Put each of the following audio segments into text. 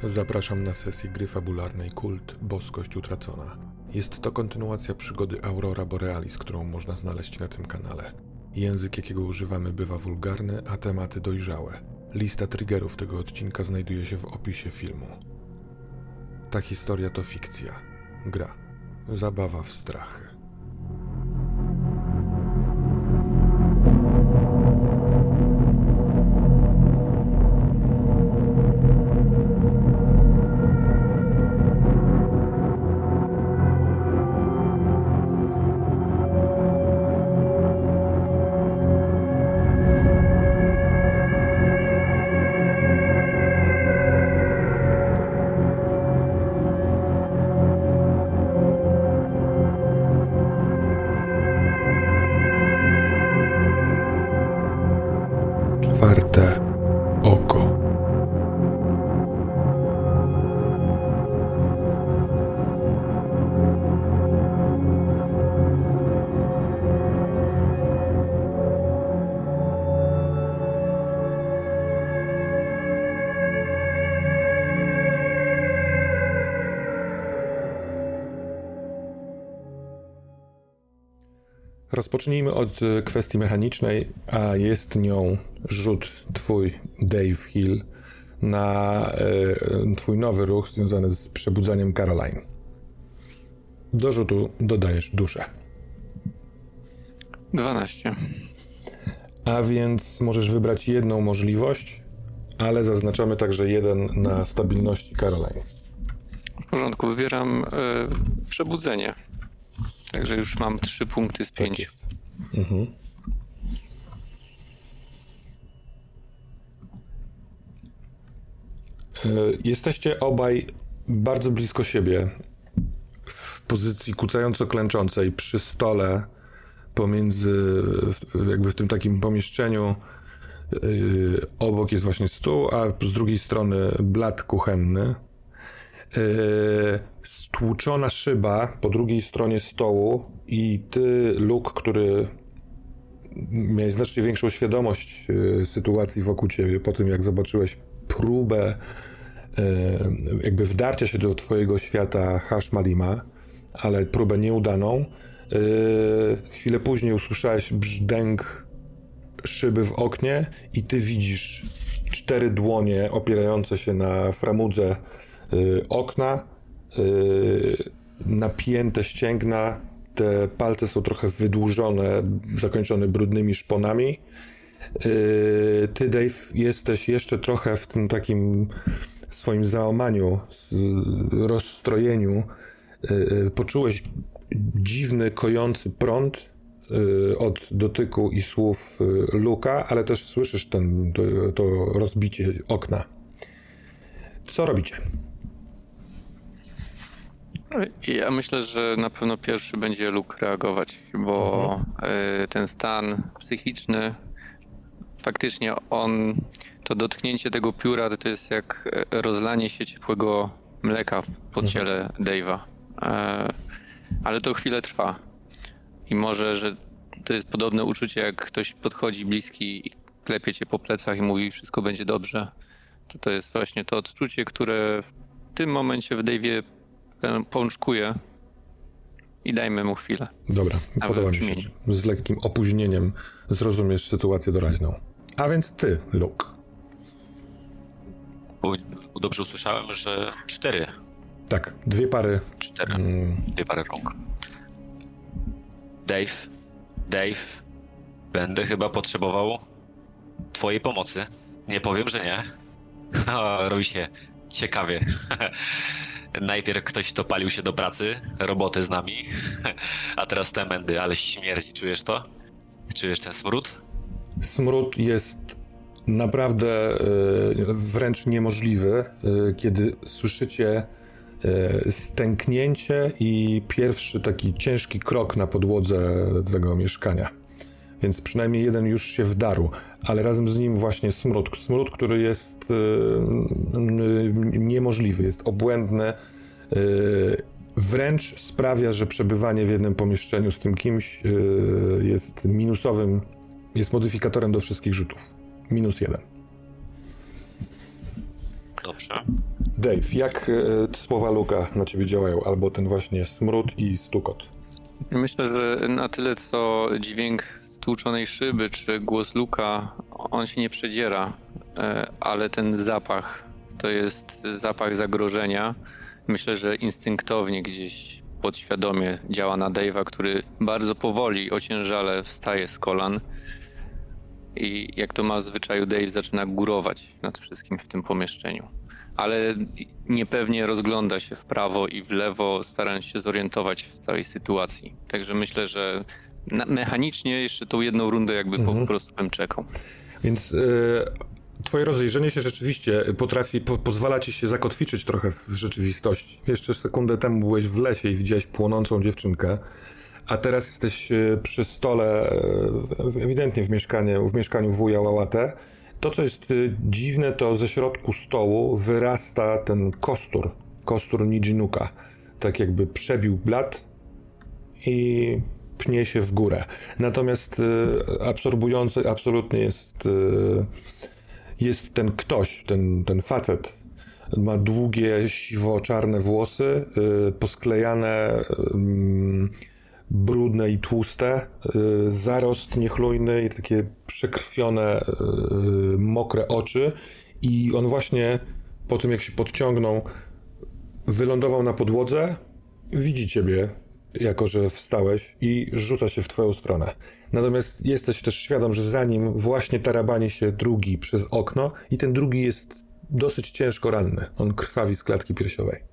Zapraszam na sesję gry fabularnej Kult Boskość Utracona. Jest to kontynuacja przygody Aurora Borealis, którą można znaleźć na tym kanale. Język, jakiego używamy, bywa wulgarny, a tematy dojrzałe. Lista triggerów tego odcinka znajduje się w opisie filmu. Ta historia to fikcja. Gra. Zabawa w strachy. Czwarte oko. Rozpocznijmy od kwestii mechanicznej, a jest nią rzut twój, Dave Hill, na twój nowy ruch związany z przebudzaniem Caroline. Do rzutu dodajesz duszę. 12. A więc możesz wybrać jedną możliwość, ale zaznaczamy także jeden na stabilności Caroline. W porządku, wybieram przebudzenie. Także już mam 3 punkty z 5. Tak jest. Mhm. Jesteście obaj bardzo blisko siebie, w pozycji kucająco klęczącej przy stole pomiędzy, jakby w tym takim pomieszczeniu. Obok jest właśnie stół, a z drugiej strony blat kuchenny. Stłuczona szyba po drugiej stronie stołu i ty, Luke, który miałeś znacznie większą świadomość sytuacji wokół ciebie po tym, jak zobaczyłeś próbę jakby wdarcia się do twojego świata Hashmalima, ale próbę nieudaną. Chwilę później usłyszałeś brzdęk szyby w oknie i ty widzisz 4 dłonie opierające się na framudze okna, napięte ścięgna, te palce są trochę wydłużone, zakończone brudnymi szponami. Ty, Dave, jesteś jeszcze trochę w tym takim swoim załamaniu, rozstrojeniu. Poczułeś dziwny, kojący prąd od dotyku i słów Luka, ale też słyszysz to rozbicie okna. Co robicie? Ja myślę, że na pewno pierwszy będzie Luke reagować, bo ten stan psychiczny, faktycznie to dotknięcie tego pióra to jest jak rozlanie się ciepłego mleka po ciele Dave'a. Ale to chwilę trwa. I może, że to jest podobne uczucie, jak ktoś podchodzi bliski i klepie cię po plecach i mówi, wszystko będzie dobrze. To jest właśnie to odczucie, które w tym momencie w Dave'ie pączkuje i dajmy mu chwilę. Dobra, podoba mi się. Z lekkim opóźnieniem zrozumiesz sytuację doraźną. A więc ty, Luke. Dobrze usłyszałem, że 4. Tak, 2 pary. 4. 2 pary rąk. Dave, będę chyba potrzebował twojej pomocy. Nie powiem, że nie. Robi się ciekawie. Najpierw ktoś dopalił się do pracy, roboty z nami, a teraz te mędy, ale śmierdzi, czujesz to? Czujesz ten smród? Smród jest naprawdę wręcz niemożliwy, kiedy słyszycie stęknięcie i pierwszy taki ciężki krok na podłodze tego mieszkania. Więc przynajmniej jeden już się wdarł, ale razem z nim właśnie smród. Smród, który jest niemożliwy, jest obłędny. Wręcz sprawia, że przebywanie w jednym pomieszczeniu z tym kimś jest minusowym, jest modyfikatorem do wszystkich rzutów. -1. Dobrze. Dave, jak słowa Luka na ciebie działają? Albo ten właśnie smród i stukot? Myślę, że na tyle co dźwięk stłuczonej szyby czy głos Luka, on się nie przedziera, ale ten zapach to jest zapach zagrożenia. Myślę, że instynktownie gdzieś podświadomie działa na Dave'a, który bardzo powoli, ociężale wstaje z kolan i jak to ma w zwyczaju, Dave zaczyna górować nad wszystkim w tym pomieszczeniu. Ale niepewnie rozgląda się w prawo i w lewo, starając się zorientować w całej sytuacji. Także myślę, że mechanicznie jeszcze tą jedną rundę jakby po prostu bym czekał. Więc twoje rozejrzenie się rzeczywiście pozwala ci się zakotwiczyć trochę w rzeczywistości. Jeszcze sekundę temu byłeś w lesie i widziałeś płonącą dziewczynkę, a teraz jesteś przy stole, ewidentnie w mieszkaniu wuja Łałatę. To, co jest dziwne, to ze środku stołu wyrasta ten kostur Nijinuka. Tak jakby przebił blat i pnie się w górę. Natomiast absorbujący absolutnie jest ten ktoś, ten facet. Ma długie, siwo-czarne włosy, posklejane, brudne i tłuste, zarost niechlujny i takie przekrwione, mokre oczy. I on właśnie po tym, jak się podciągnął, wylądował na podłodze, widzi ciebie, jako że wstałeś, i rzuca się w twoją stronę. Natomiast jesteś też świadom, że za nim właśnie tarabani się drugi przez okno i ten drugi jest dosyć ciężko ranny. On krwawi z klatki piersiowej.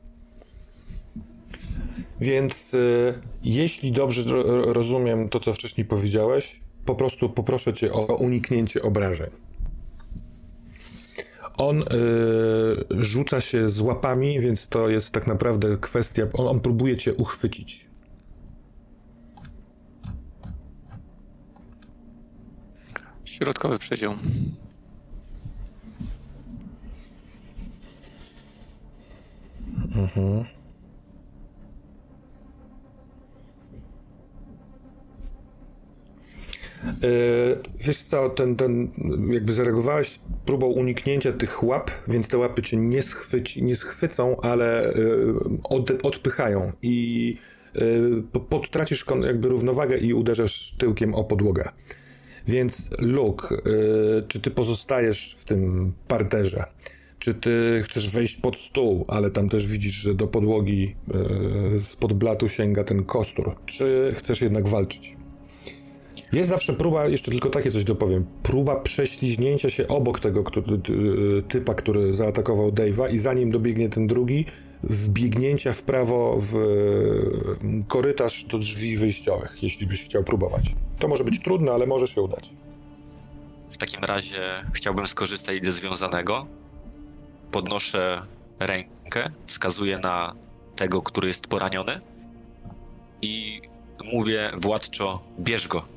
Więc jeśli dobrze rozumiem to, co wcześniej powiedziałeś, po prostu poproszę cię o uniknięcie obrażeń. On rzuca się z łapami, więc to jest tak naprawdę kwestia... On próbuje cię uchwycić. Środkowy przedział. Wiesz co, ten jakby zareagowałeś próbą uniknięcia tych łap, więc te łapy cię nie schwycą, ale odpychają i tracisz jakby równowagę i uderzasz tyłkiem o podłogę. Więc Luke, czy ty pozostajesz w tym parterze? Czy ty chcesz wejść pod stół, ale tam też widzisz, że do podłogi spod blatu sięga ten kostur? Czy chcesz jednak walczyć? Jest zawsze próba, jeszcze tylko takie coś dopowiem, próba prześliźnięcia się obok tego typa, który zaatakował Dave'a, i zanim dobiegnie ten drugi, wbiegnięcia w prawo w korytarz do drzwi wyjściowych, jeśli byś chciał próbować. To może być trudne, ale może się udać. W takim razie chciałbym skorzystać ze związanego. Podnoszę rękę, wskazuję na tego, który jest poraniony i mówię władczo: bierz go.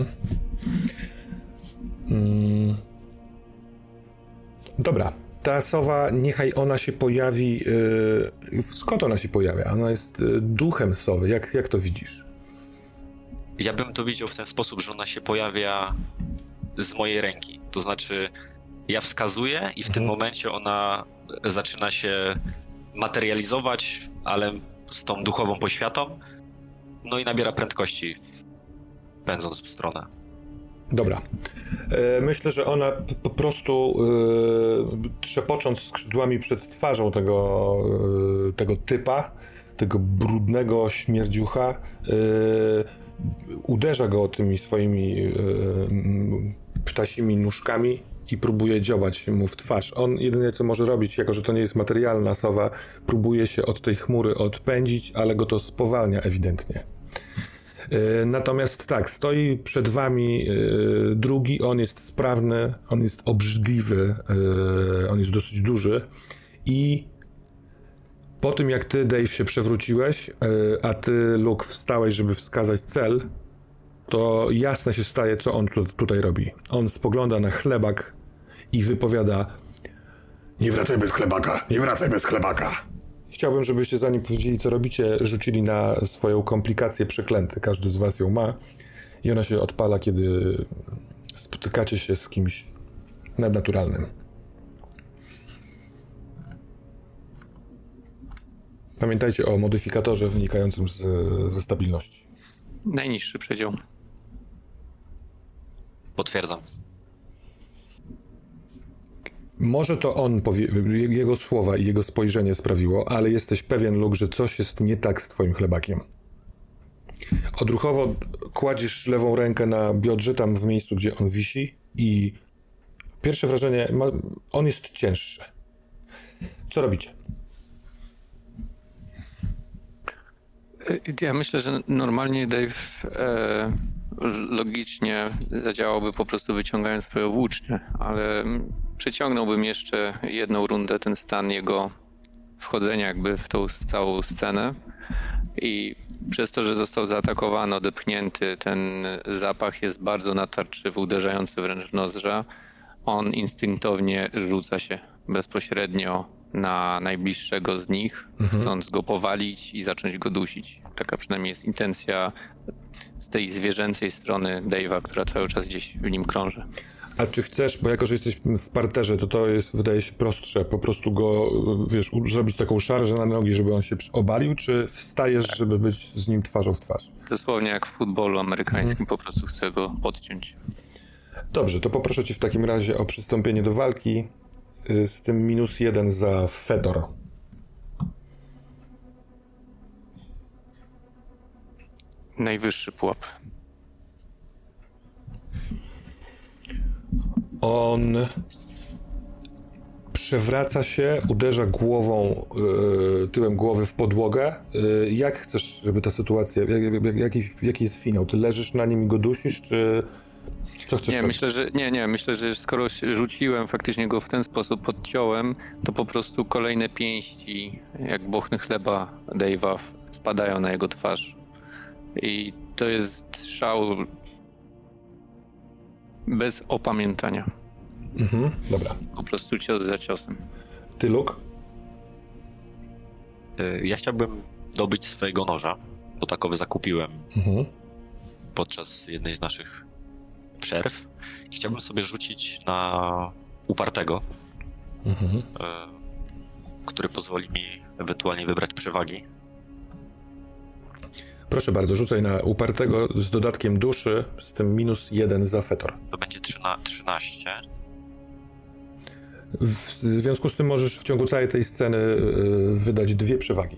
Dobra. Ta sowa, niechaj ona się pojawi... skąd ona się pojawia? Ona jest duchem sowy. Jak to widzisz? Ja bym to widział w ten sposób, że ona się pojawia z mojej ręki. To znaczy, ja wskazuję i w tym momencie ona zaczyna się materializować, ale z tą duchową poświatą, no i nabiera prędkości, pędząc w stronę. Dobra. Myślę, że ona po prostu trzepocząc skrzydłami przed twarzą tego typa, tego brudnego śmierdziucha, uderza go tymi swoimi ptasimi nóżkami i próbuje dziobać mu w twarz. On jedynie co może robić, jako że to nie jest materialna sowa, próbuje się od tej chmury odpędzić, ale go to spowalnia ewidentnie. Natomiast tak, stoi przed wami drugi, on jest sprawny, on jest obrzydliwy, on jest dosyć duży i po tym jak ty, Dave, się przewróciłeś, a ty, Luke, wstałeś, żeby wskazać cel, to jasne się staje, co on tutaj robi. On spogląda na chlebak i wypowiada: nie wracaj bez chlebaka, nie wracaj bez chlebaka. Chciałbym, żebyście, zanim powiedzieli, co robicie, rzucili na swoją komplikację przeklęty. Każdy z was ją ma i ona się odpala, kiedy spotykacie się z kimś nadnaturalnym. Pamiętajcie o modyfikatorze wynikającym ze stabilności. Najniższy przedział. Potwierdzam. Może to on, jego słowa i jego spojrzenie sprawiło, ale jesteś pewien, Luke, że coś jest nie tak z twoim chlebakiem. Odruchowo kładziesz lewą rękę na biodrze, tam w miejscu, gdzie on wisi i pierwsze wrażenie, on jest cięższy. Co robicie? Ja myślę, że normalnie Dave logicznie zadziałałby po prostu wyciągając swoją włócznię, ale przeciągnąłbym jeszcze jedną rundę ten stan jego wchodzenia jakby w tą całą scenę i przez to, że został zaatakowany, odepchnięty, ten zapach jest bardzo natarczywy, uderzający wręcz w nozdrza. On instynktownie rzuca się bezpośrednio na najbliższego z nich, chcąc go powalić i zacząć go dusić. Taka przynajmniej jest intencja z tej zwierzęcej strony Dave'a, która cały czas gdzieś w nim krąży. A czy chcesz, bo jako, że jesteś w parterze, to jest, wydaje się, prostsze, po prostu go, wiesz, zrobić taką szarżę na nogi, żeby on się obalił, czy wstajesz, tak, żeby być z nim twarzą w twarz? Dosłownie jak w futbolu amerykańskim, po prostu chcę go podciąć. Dobrze, to poproszę cię w takim razie o przystąpienie do walki z tym -1 za Fedor. Najwyższy pułap. On przewraca się, uderza głową, tyłem głowy w podłogę. Jak chcesz, żeby ta sytuacja, jaki jest finał? Ty leżysz na nim i go dusisz, czy co chcesz robić? Myślę, że skoro rzuciłem, faktycznie go w ten sposób podciąłem, to po prostu kolejne pięści, jak bochny chleba Dave'a, spadają na jego twarz. I to jest szał bez opamiętania. Dobra. Po prostu cios za ciosem. Ty, Luke? Ja chciałbym dobyć swojego noża, bo takowy zakupiłem podczas jednej z naszych przerw. I chciałbym sobie rzucić na upartego, który pozwoli mi ewentualnie wybrać przewagi. Proszę bardzo, rzucaj na upartego z dodatkiem duszy, z tym -1 za Fedor. To będzie 13. W związku z tym możesz w ciągu całej tej sceny wydać 2 przewagi.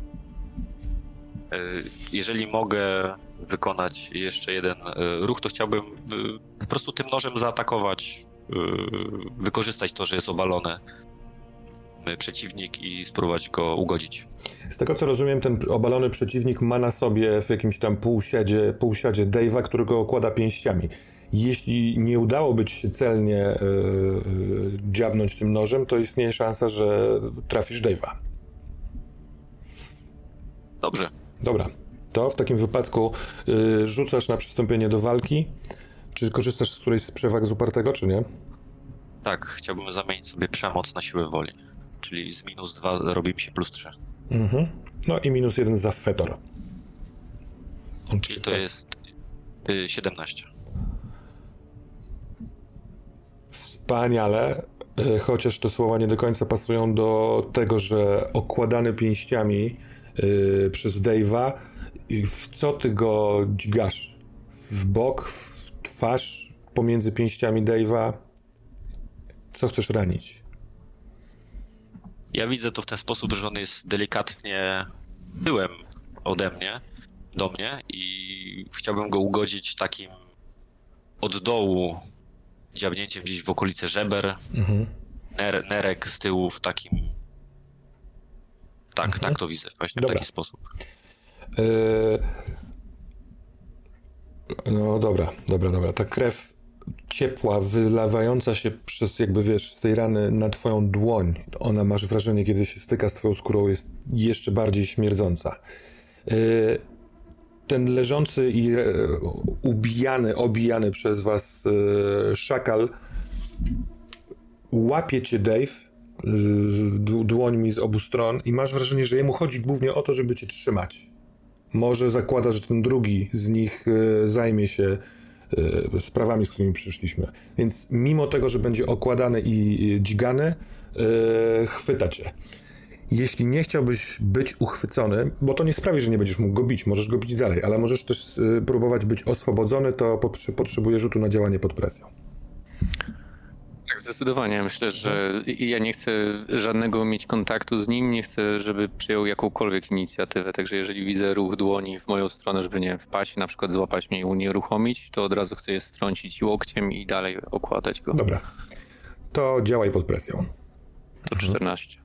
Jeżeli mogę wykonać jeszcze jeden ruch, to chciałbym po prostu tym nożem zaatakować, wykorzystać to, że jest obalony przeciwnik i spróbować go ugodzić. Z tego co rozumiem, ten obalony przeciwnik ma na sobie w jakimś tam półsiadzie Dave'a, który go okłada pięściami. Jeśli nie udałoby ci się celnie dziabnąć tym nożem, to istnieje szansa, że trafisz Dave'a. Dobrze. Dobra, to w takim wypadku rzucasz na przystąpienie do walki. Czy korzystasz z którejś z przewag z upartego, czy nie? Tak, chciałbym zamienić sobie przemoc na siłę woli. Czyli z -2 robi mi się +3. No i -1 za Fedor. Czyli to jest 17. Wspaniale, chociaż te słowa nie do końca pasują do tego, że okładany pięściami przez Dave'a, w co ty go dźgasz? W bok, w twarz, pomiędzy pięściami Dave'a? Co chcesz ranić? Ja widzę to w ten sposób, że on jest delikatnie tyłem ode mnie, do mnie i chciałbym go ugodzić takim od dołu dziabnięciem gdzieś w okolice żeber, nerek z tyłu w takim... Tak to widzę właśnie. Dobra. W taki sposób. No dobra. Ta krew ciepła, wylewająca się przez jakby, wiesz, z tej rany na twoją dłoń, ona, masz wrażenie, kiedy się styka z twoją skórą, jest jeszcze bardziej śmierdząca. Ten leżący i obijany przez was szakal łapie cię, Dave, dłońmi z obu stron i masz wrażenie, że jemu chodzi głównie o to, żeby cię trzymać. Może zakłada, że ten drugi z nich zajmie się sprawami, z którymi przyszliśmy. Więc mimo tego, że będzie okładany i dźgany, chwyta cię. jeśli nie chciałbyś być uchwycony, bo to nie sprawi, że nie będziesz mógł go bić, możesz go bić dalej, ale możesz też próbować być oswobodzony, to potrzebuje rzutu na działanie pod presją. Tak, zdecydowanie. Myślę, że ja nie chcę żadnego mieć kontaktu z nim, nie chcę, żeby przyjął jakąkolwiek inicjatywę, także jeżeli widzę ruch dłoni w moją stronę, żeby nie wpaść, na przykład złapać mnie i unieruchomić, to od razu chcę je strącić łokciem i dalej okładać go. Dobra, to działaj pod presją. To 14.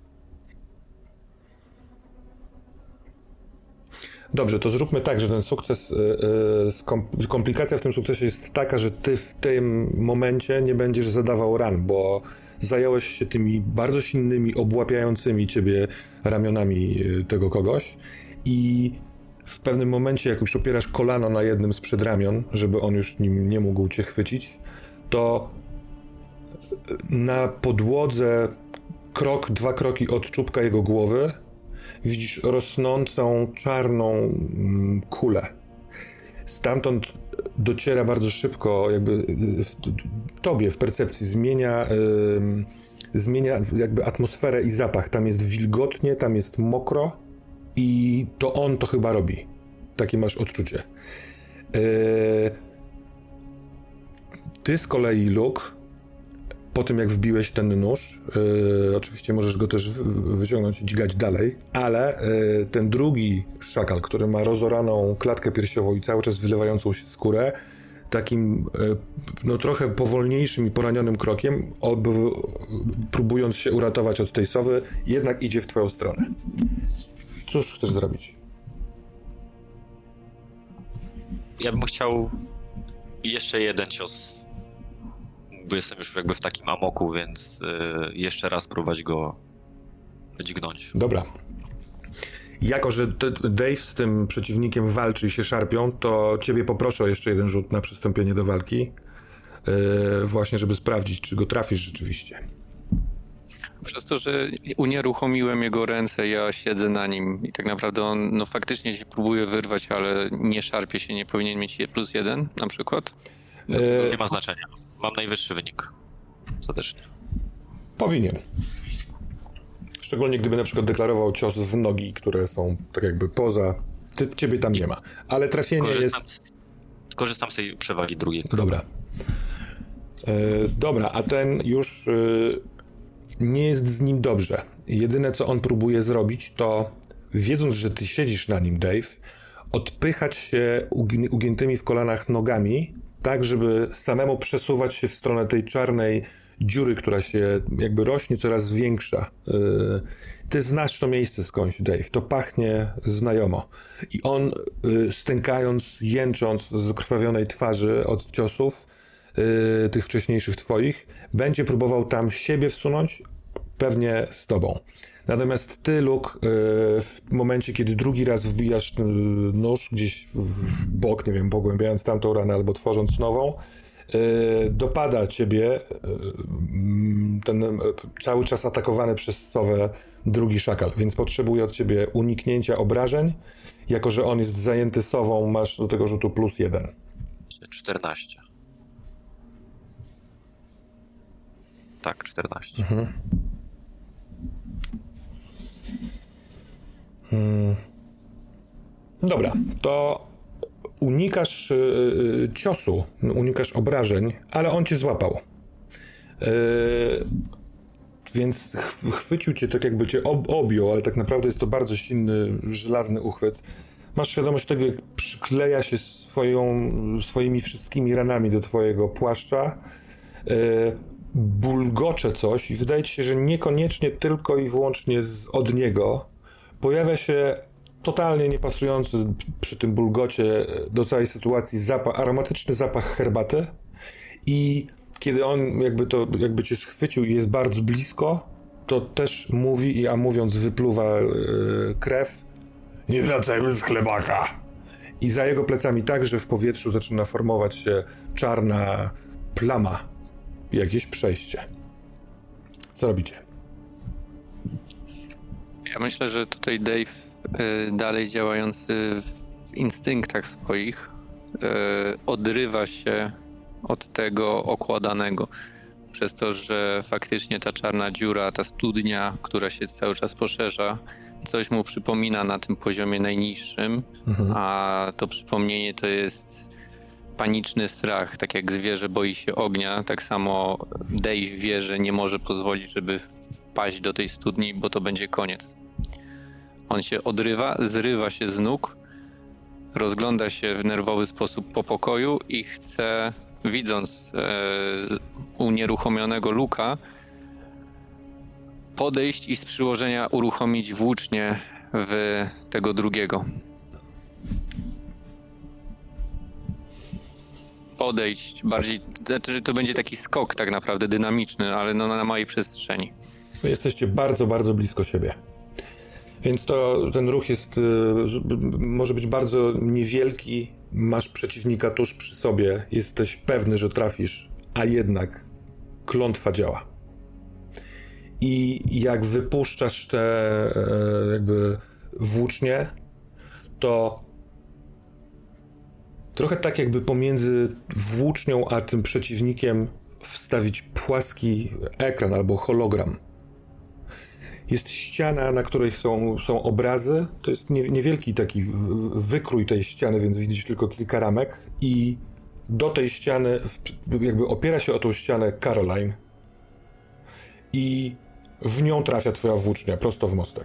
Dobrze, to zróbmy tak, że ten sukces, komplikacja w tym sukcesie jest taka, że ty w tym momencie nie będziesz zadawał ran, bo zająłeś się tymi bardzo silnymi, obłapiającymi ciebie ramionami tego kogoś i w pewnym momencie, jak już opierasz kolano na jednym z przedramion, żeby on już nim nie mógł cię chwycić, to na podłodze dwa kroki od czubka jego głowy widzisz rosnącą czarną kulę. Stamtąd dociera bardzo szybko, jakby tobie w percepcji zmienia jakby atmosferę i zapach. Tam jest wilgotnie, tam jest mokro i to on to chyba robi. Takie masz odczucie. Ty z kolei, Luke, po tym jak wbiłeś ten nóż, oczywiście możesz go też wyciągnąć i dźgać dalej, ale ten drugi szakal, który ma rozoraną klatkę piersiową i cały czas wylewającą się skórę, takim no trochę powolniejszym i poranionym krokiem, próbując się uratować od tej sowy, jednak idzie w twoją stronę. Cóż chcesz zrobić? Ja bym chciał jeszcze jeden cios, bo jestem już jakby w takim amoku, więc jeszcze raz próbować go dźgnąć. Dobra. Jako że Dave z tym przeciwnikiem walczy i się szarpią, to ciebie poproszę o jeszcze jeden rzut na przystąpienie do walki. Właśnie, żeby sprawdzić, czy go trafisz rzeczywiście. Przez to, że unieruchomiłem jego ręce, ja siedzę na nim i tak naprawdę on no faktycznie się próbuje wyrwać, ale nie szarpie się, nie powinien mieć +1 na przykład? To nie ma znaczenia. Mam najwyższy wynik. Ostatecznie. Powinien. Szczególnie gdyby na przykład deklarował cios w nogi, które są tak jakby poza... Ciebie tam nie ma. Ale trafienie Korzystam z tej przewagi drugiej. Dobra. Dobra, a ten już nie jest z nim dobrze. Jedyne, co on próbuje zrobić, to wiedząc, że ty siedzisz na nim, Dave, odpychać się ugiętymi w kolanach nogami, tak, żeby samemu przesuwać się w stronę tej czarnej dziury, która się jakby rośnie, coraz większa. Ty znasz to miejsce skądś, Dave. To pachnie znajomo. I on, stękając, jęcząc z zakrwawionej twarzy od ciosów, tych wcześniejszych twoich, będzie próbował tam siebie wsunąć, pewnie z tobą. Natomiast ty, Luke, w momencie, kiedy drugi raz wbijasz nóż gdzieś w bok, nie wiem, pogłębiając tamtą ranę albo tworząc nową, dopada ciebie ten cały czas atakowany przez sowę drugi szakal, więc potrzebuje od ciebie uniknięcia obrażeń. Jako że on jest zajęty sową, masz do tego rzutu +1. 14. Tak, 14. Dobra, to unikasz ciosu, unikasz obrażeń, ale on cię złapał. Więc chwycił cię tak jakby cię objął, ale tak naprawdę jest to bardzo silny, żelazny uchwyt. Masz świadomość tego, jak przykleja się swoimi wszystkimi ranami do twojego płaszcza. Bulgocze coś i wydaje ci się, że niekoniecznie tylko i wyłącznie od niego pojawia się totalnie niepasujący przy tym bulgocie do całej sytuacji aromatyczny zapach herbaty i kiedy on jakby cię schwycił i jest bardzo blisko, to też mówi, a mówiąc wypluwa krew: nie wracajmy z chlebaka. I za jego plecami także w powietrzu zaczyna formować się czarna plama, jakieś przejście. Co robicie? Ja myślę, że tutaj Dave, dalej działający w instynktach swoich, odrywa się od tego okładanego. przez to, że faktycznie ta czarna dziura, ta studnia, która się cały czas poszerza, coś mu przypomina na tym poziomie najniższym, a to przypomnienie to jest paniczny strach. Tak jak zwierzę boi się ognia, tak samo Dave wie, że nie może pozwolić, żeby wpaść do tej studni, bo to będzie koniec. On się odrywa, zrywa się z nóg, rozgląda się w nerwowy sposób po pokoju i chce, widząc unieruchomionego Luka, podejść i z przyłożenia uruchomić włócznie w tego drugiego. Podejść bardziej, znaczy to będzie taki skok tak naprawdę dynamiczny, ale no na małej przestrzeni. Wy jesteście bardzo, bardzo blisko siebie. Więc ten ruch jest, może być bardzo niewielki, masz przeciwnika tuż przy sobie, jesteś pewny, że trafisz, a jednak klątwa działa. I jak wypuszczasz te jakby włócznie, to trochę tak jakby pomiędzy włócznią a tym przeciwnikiem wstawić płaski ekran albo hologram. Jest ściana, na której są obrazy. To jest niewielki taki wykrój tej ściany, więc widzisz tylko kilka ramek. I do tej ściany, jakby opiera się o tą ścianę Caroline. I w nią trafia twoja włócznia, prosto w mostek.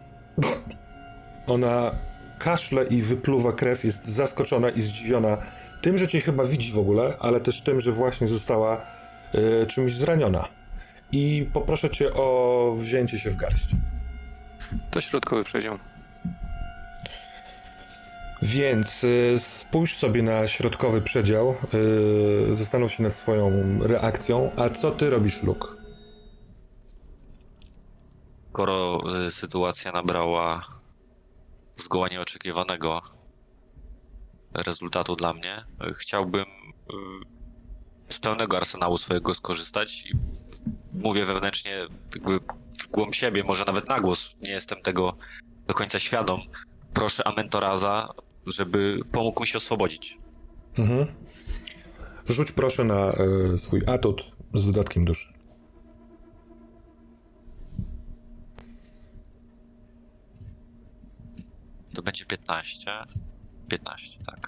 Ona kaszle i wypluwa krew, jest zaskoczona i zdziwiona tym, że cię chyba widzi w ogóle, ale też tym, że właśnie została czymś zraniona. I poproszę cię o wzięcie się w garść. To środkowy przedział. Więc spójrz sobie na środkowy przedział, zastanów się nad swoją reakcją. A co ty robisz, Luke? Skoro sytuacja nabrała zgoła nieoczekiwanego rezultatu dla mnie, chciałbym z pełnego arsenału swojego skorzystać i mówię wewnętrznie, jakby w głąb siebie, może nawet na głos, nie jestem tego do końca świadom. Proszę Amentoraza, żeby pomógł mi się oswobodzić. Rzuć proszę na swój atut z dodatkiem duszy. To będzie 15. 15, tak.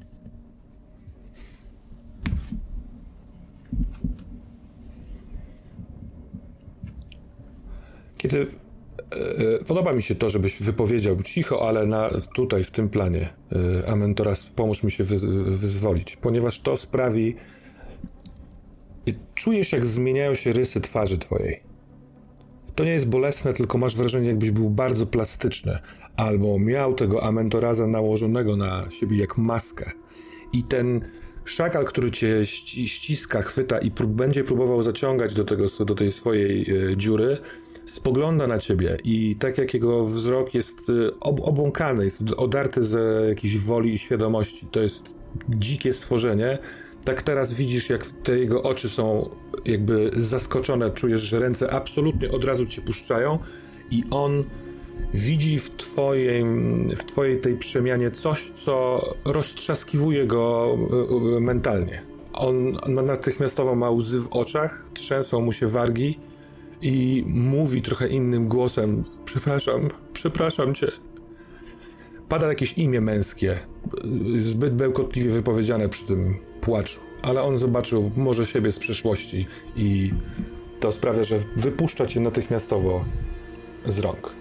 Kiedy podoba mi się to, żebyś wypowiedział cicho, ale tutaj w tym planie Amentoras, pomóż mi się wyzwolić, ponieważ to sprawi, czujesz, jak zmieniają się rysy twarzy twojej. To nie jest bolesne, tylko masz wrażenie, jakbyś był bardzo plastyczny, albo miał tego Amentoraza nałożonego na siebie jak maskę. I ten szakal, który cię ściska, chwyta i będzie próbował zaciągać do tej swojej dziury, spogląda na ciebie i tak jak jego wzrok jest obłąkany, jest odarty z jakiejś woli i świadomości, to jest dzikie stworzenie, tak teraz widzisz, jak te jego oczy są jakby zaskoczone, czujesz, że ręce absolutnie od razu cię puszczają i on widzi w twojej tej przemianie coś, co roztrzaskiwuje go mentalnie. On natychmiastowo ma łzy w oczach, trzęsą mu się wargi i mówi trochę innym głosem: przepraszam cię. Pada jakieś imię męskie, zbyt bełkotliwie wypowiedziane przy tym płaczu, ale on zobaczył może siebie z przeszłości i to sprawia, że wypuszcza cię natychmiastowo z rąk.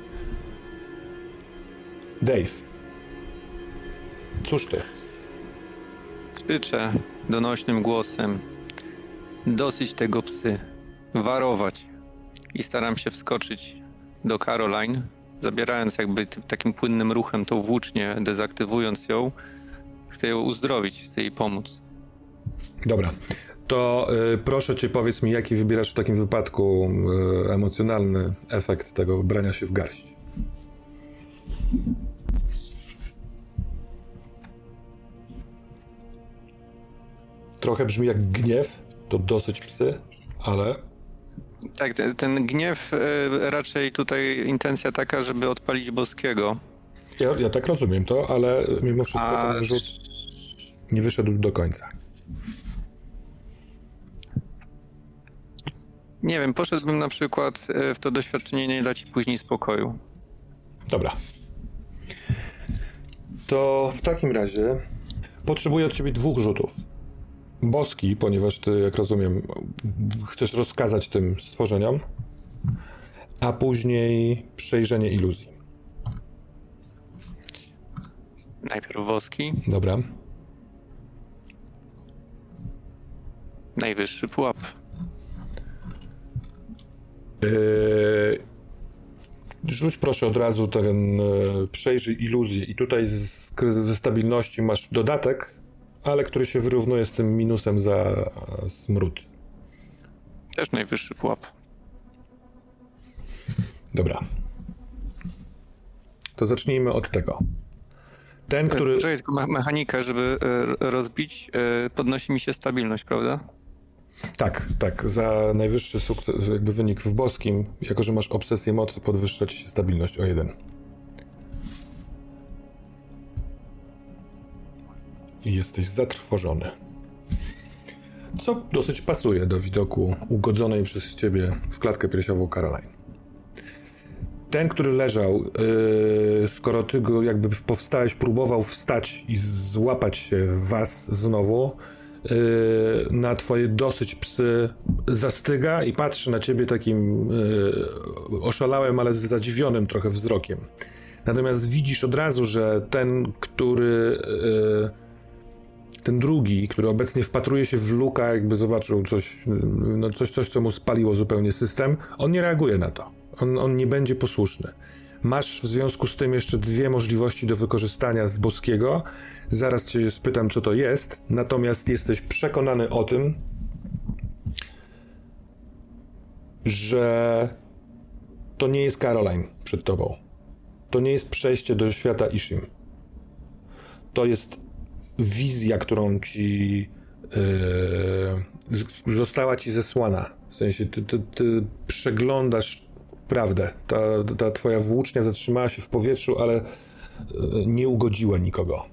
Dave, cóż ty? Krzyczę donośnym głosem: dosyć tego, psy. Warować. I staram się wskoczyć do Caroline, zabierając jakby takim płynnym ruchem tą włócznię, dezaktywując ją. Chcę ją uzdrowić, chcę jej pomóc. Dobra, to proszę cię, powiedz mi, jaki wybierasz w takim wypadku emocjonalny efekt tego brania się w garść. Trochę brzmi jak gniew, to dosyć psy, ale... Tak, ten gniew, raczej tutaj intencja taka, żeby odpalić boskiego. Ja tak rozumiem to, ale mimo wszystko ten rzut nie wyszedł do końca. Nie wiem, poszedłbym na przykład w to doświadczenie nie da ci później spokoju. Dobra. To w takim razie potrzebuję od ciebie 2 rzutów. Boski, ponieważ ty, jak rozumiem, chcesz rozkazać tym stworzeniom, a później przejrzenie iluzji. Najpierw woski, Dobra. najwyższy pułap. Rzuć proszę od razu ten przejrzyj iluzję i tutaj ze stabilności masz dodatek, ale który się wyrównuje z tym minusem za smród. Też najwyższy pułap. Dobra. To zacznijmy od tego. Ten, który... Poczekaj, tylko mechanika, żeby rozbić, podnosi mi się stabilność, prawda? Tak. Za najwyższy sukces, jakby wynik w boskim, jako że masz obsesję mocy, podwyższa ci się stabilność o 1. I jesteś zatrwożony. Co dosyć pasuje do widoku ugodzonej przez ciebie w klatkę piersiową Caroline. Ten, który leżał, skoro ty go jakby powstałeś, próbował wstać i złapać się was znowu, na twoje dosyć psy zastyga i patrzy na ciebie takim oszalałym, ale zadziwionym trochę wzrokiem. Natomiast widzisz od razu, że ten drugi, który obecnie wpatruje się w Luka, jakby zobaczył coś, co mu spaliło zupełnie system, on nie reaguje na to. On nie będzie posłuszny. Masz w związku z tym jeszcze 2 możliwości do wykorzystania z boskiego. Zaraz cię spytam, co to jest. Natomiast jesteś przekonany o tym, że to nie jest Caroline przed tobą. To nie jest przejście do świata Ishim. To jest wizja, którą ci została ci zesłana. W sensie ty przeglądasz prawdę. Ta twoja włócznia zatrzymała się w powietrzu, ale nie ugodziła nikogo.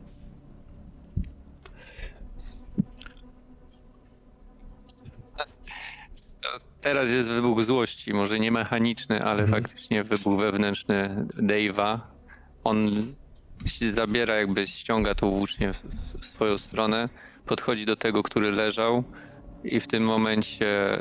Teraz jest wybuch złości, może nie mechaniczny, ale faktycznie wybuch wewnętrzny Dave'a. On się zabiera, jakby ściąga tą włócznię w swoją stronę, podchodzi do tego, który leżał i w tym momencie...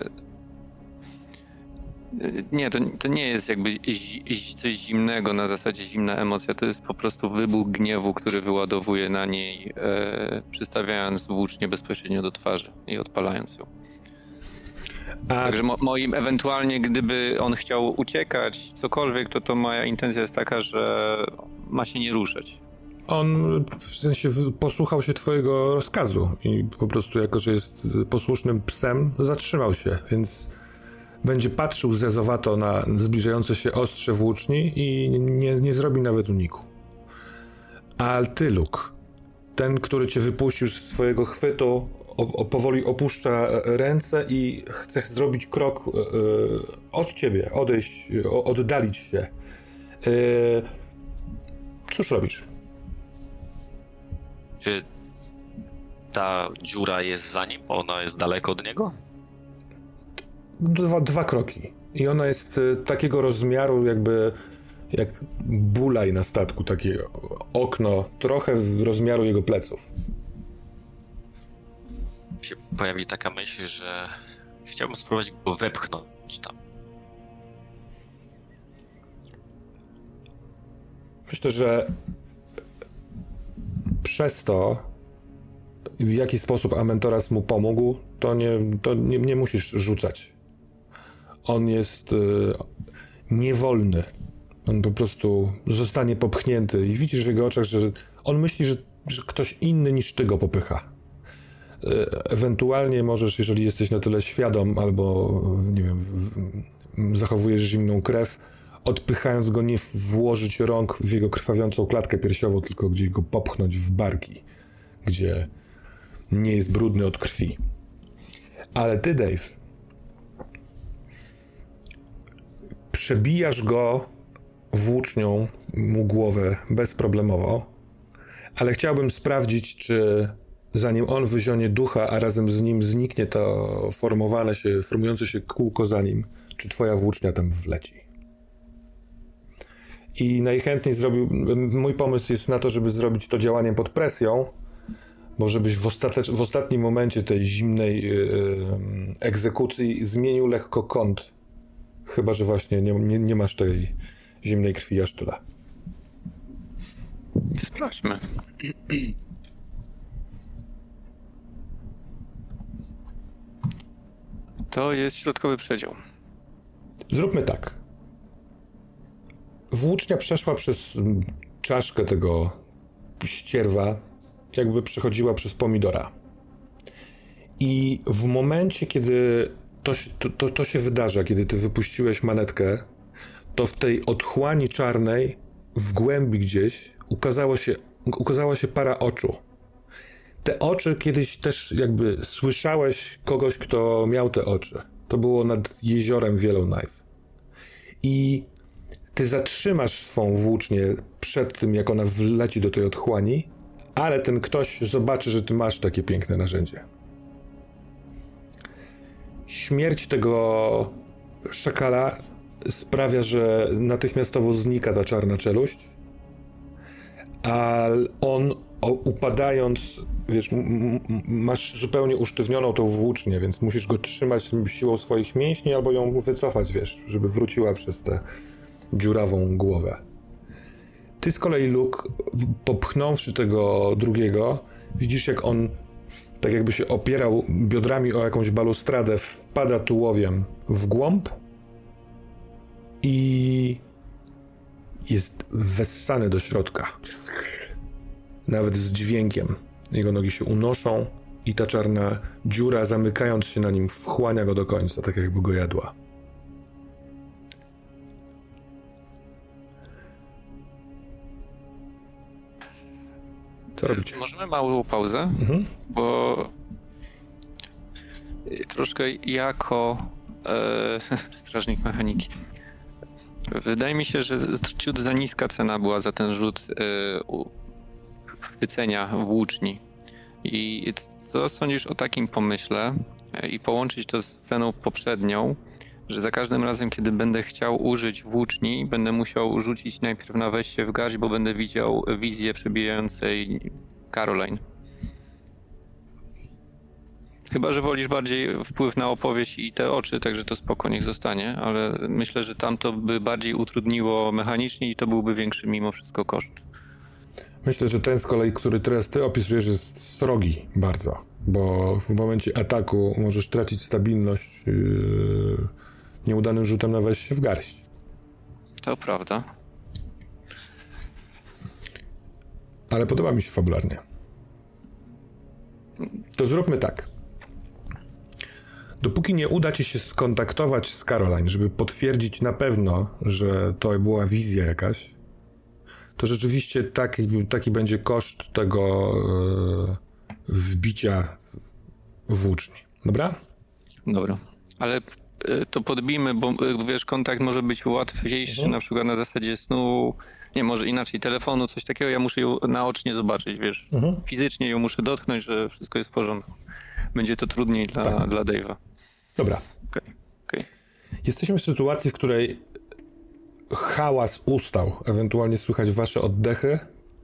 Nie, to nie jest jakby coś zimnego, na zasadzie zimna emocja, to jest po prostu wybuch gniewu, który wyładowuje na niej, przystawiając włócznię bezpośrednio do twarzy i odpalając ją. Także moim ewentualnie, gdyby on chciał uciekać, cokolwiek, to moja intencja jest taka, że ma się nie ruszać. On w sensie posłuchał się twojego rozkazu i po prostu, jako że jest posłusznym psem, zatrzymał się, więc będzie patrzył zezowato na zbliżające się ostrze włóczni i nie zrobi nawet uniku. A ty, Luke, ten, który cię wypuścił z swojego chwytu, powoli opuszcza ręce i chce zrobić krok od ciebie, odejść, oddalić się. Cóż robisz? Czy ta dziura jest za nim? Ona jest daleko od niego? 2 kroki. I ona jest takiego rozmiaru, jakby jak bulaj na statku, takie okno, trochę w rozmiaru jego pleców. Się pojawi taka myśl, że chciałbym spróbować go wepchnąć tam. Myślę, że przez to, w jaki sposób Amentoras mu pomógł, to nie musisz rzucać. On jest niewolny. On po prostu zostanie popchnięty i widzisz w jego oczach, że on myśli, że ktoś inny niż ty go popycha. Ewentualnie możesz, jeżeli jesteś na tyle świadom albo, nie wiem, zachowujesz zimną krew, odpychając go, nie włożyć rąk w jego krwawiącą klatkę piersiową, tylko gdzieś go popchnąć w barki, gdzie nie jest brudny od krwi. Ale ty, Dave, przebijasz go włócznią mu głowę bezproblemowo, ale chciałbym sprawdzić, czy zanim on wyzionie ducha, a razem z nim zniknie to formujące się kółko za nim, czy twoja włócznia tam wleci. I mój pomysł jest na to, żeby zrobić to działaniem pod presją, bo żebyś w ostatnim momencie tej zimnej egzekucji zmienił lekko kąt. Chyba że właśnie nie masz tej zimnej krwi aż tyle. Sprawdźmy. To jest środkowy przedział. Zróbmy tak. Włócznia przeszła przez czaszkę tego ścierwa, jakby przechodziła przez pomidora. I w momencie, kiedy to się wydarza, kiedy ty wypuściłeś manetkę, to w tej otchłani czarnej, w głębi gdzieś, ukazała się para oczu. Te oczy kiedyś też jakby słyszałeś kogoś, kto miał te oczy. To było nad jeziorem Yellowknife. I ty zatrzymasz swą włócznię przed tym, jak ona wleci do tej otchłani, ale ten ktoś zobaczy, że ty masz takie piękne narzędzie. Śmierć tego szakala sprawia, że natychmiastowo znika ta czarna czeluść, a on upadając, wiesz, masz zupełnie usztywnioną tą włócznię, więc musisz go trzymać siłą swoich mięśni albo ją wycofać, wiesz, żeby wróciła przez tę dziurawą głowę. Ty z kolei, Luke, popchnąwszy tego drugiego, widzisz, jak on tak jakby się opierał biodrami o jakąś balustradę, wpada tułowiem w głąb i jest wessany do środka. Nawet z dźwiękiem. Jego nogi się unoszą i ta czarna dziura, zamykając się na nim, wchłania go do końca, tak jakby go jadła. Co robicie? Możemy małą pauzę, bo troszkę jako strażnik mechaniki. Wydaje mi się, że ciut za niska cena była za ten rzut chwycenia włóczni. I co sądzisz o takim pomyśle i połączyć to z sceną poprzednią, że za każdym razem, kiedy będę chciał użyć włóczni, będę musiał rzucić najpierw na wejście w garść, bo będę widział wizję przebijającej Caroline. Chyba że wolisz bardziej wpływ na opowieść i te oczy, także to spoko, niech zostanie, ale myślę, że tamto by bardziej utrudniło mechanicznie i to byłby większy mimo wszystko koszt. Myślę, że ten z kolei, który teraz ty opisujesz, jest srogi bardzo, bo w momencie ataku możesz tracić stabilność nieudanym rzutem na wejście w garść. To prawda. Ale podoba mi się fabularnie. To zróbmy tak. Dopóki nie uda ci się skontaktować z Caroline, żeby potwierdzić na pewno, że to była wizja jakaś, to rzeczywiście taki będzie koszt tego wbicia włóczni. Dobra? Dobra. Ale to podbijmy, bo wiesz, kontakt może być łatwiejszy, na przykład na zasadzie snu, nie, może inaczej, telefonu, coś takiego, ja muszę ją naocznie zobaczyć, wiesz. Fizycznie ją muszę dotknąć, że wszystko jest w porządku. Będzie to trudniej dla Dave'a. Dobra. Okay. Jesteśmy w sytuacji, w której hałas ustał, ewentualnie słychać wasze oddechy.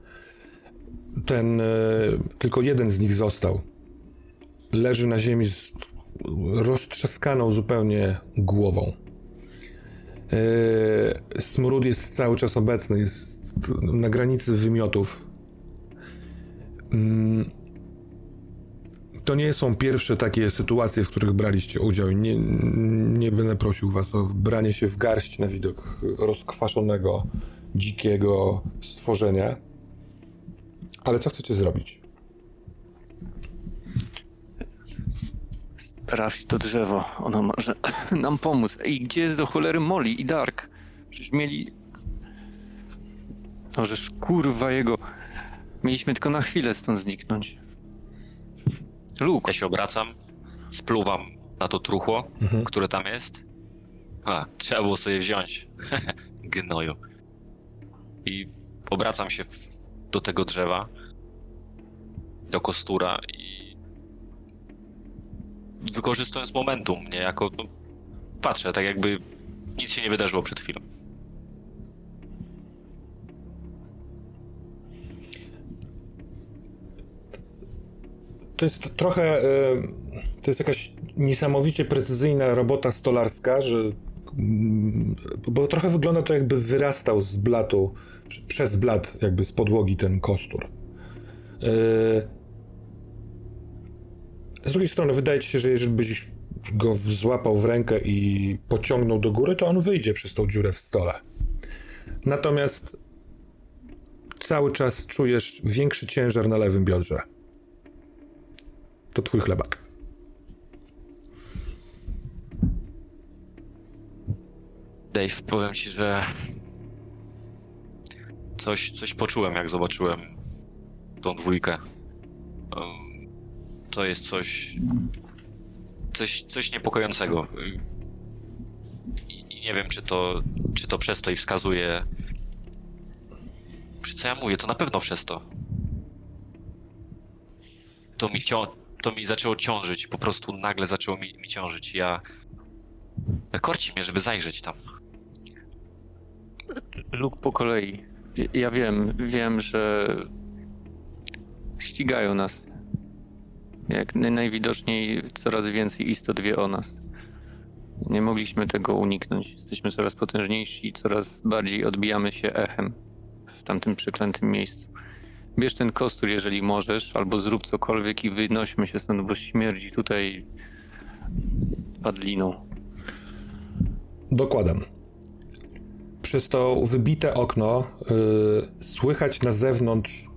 Tylko jeden z nich został. Leży na ziemi z roztrzaskaną zupełnie głową. Smród jest cały czas obecny, jest na granicy wymiotów. To nie są pierwsze takie sytuacje, w których braliście udział. Nie będę prosił was o branie się w garść na widok rozkwaszonego, dzikiego stworzenia. Ale co chcecie zrobić? Sprawdź to drzewo, ono może nam pomóc. Ej, gdzie jest do cholery Molly i Dark? Przecież mieli... No, żeż kurwa jego... Mieliśmy tylko na chwilę stąd zniknąć. Luke. Ja się obracam, spluwam na to truchło, które tam jest. Trzeba było sobie wziąć. Gnoju. I obracam się do tego drzewa, do kostura i wykorzystując momentum, niejako patrzę, tak jakby nic się nie wydarzyło przed chwilą. To jest trochę, to jest jakaś niesamowicie precyzyjna robota stolarska, bo trochę wygląda to, jakby wyrastał z blatu, przez blat jakby z podłogi ten kostur. Z drugiej strony wydaje ci się, że jeżeli byś go złapał w rękę i pociągnął do góry, to on wyjdzie przez tą dziurę w stole. Natomiast cały czas czujesz większy ciężar na lewym biodrze. To twój chlebak. Dave, powiem ci, że coś poczułem, jak zobaczyłem tą dwójkę. To jest coś niepokojącego. I nie wiem, czy to przez to i wskazuje... Co ja mówię? To na pewno przez to. To mi zaczęło ciążyć, po prostu nagle zaczęło mi ciążyć. Korci mnie, żeby zajrzeć tam. Luke po kolei. Ja wiem, że ścigają nas. Jak najwidoczniej coraz więcej istot wie o nas. Nie mogliśmy tego uniknąć. Jesteśmy coraz potężniejsi i coraz bardziej odbijamy się echem w tamtym przeklętym miejscu. Bierz ten kostur, jeżeli możesz, albo zrób cokolwiek i wynośmy się stąd, bo śmierdzi tutaj padliną. Dokładam. Przez to wybite okno słychać na zewnątrz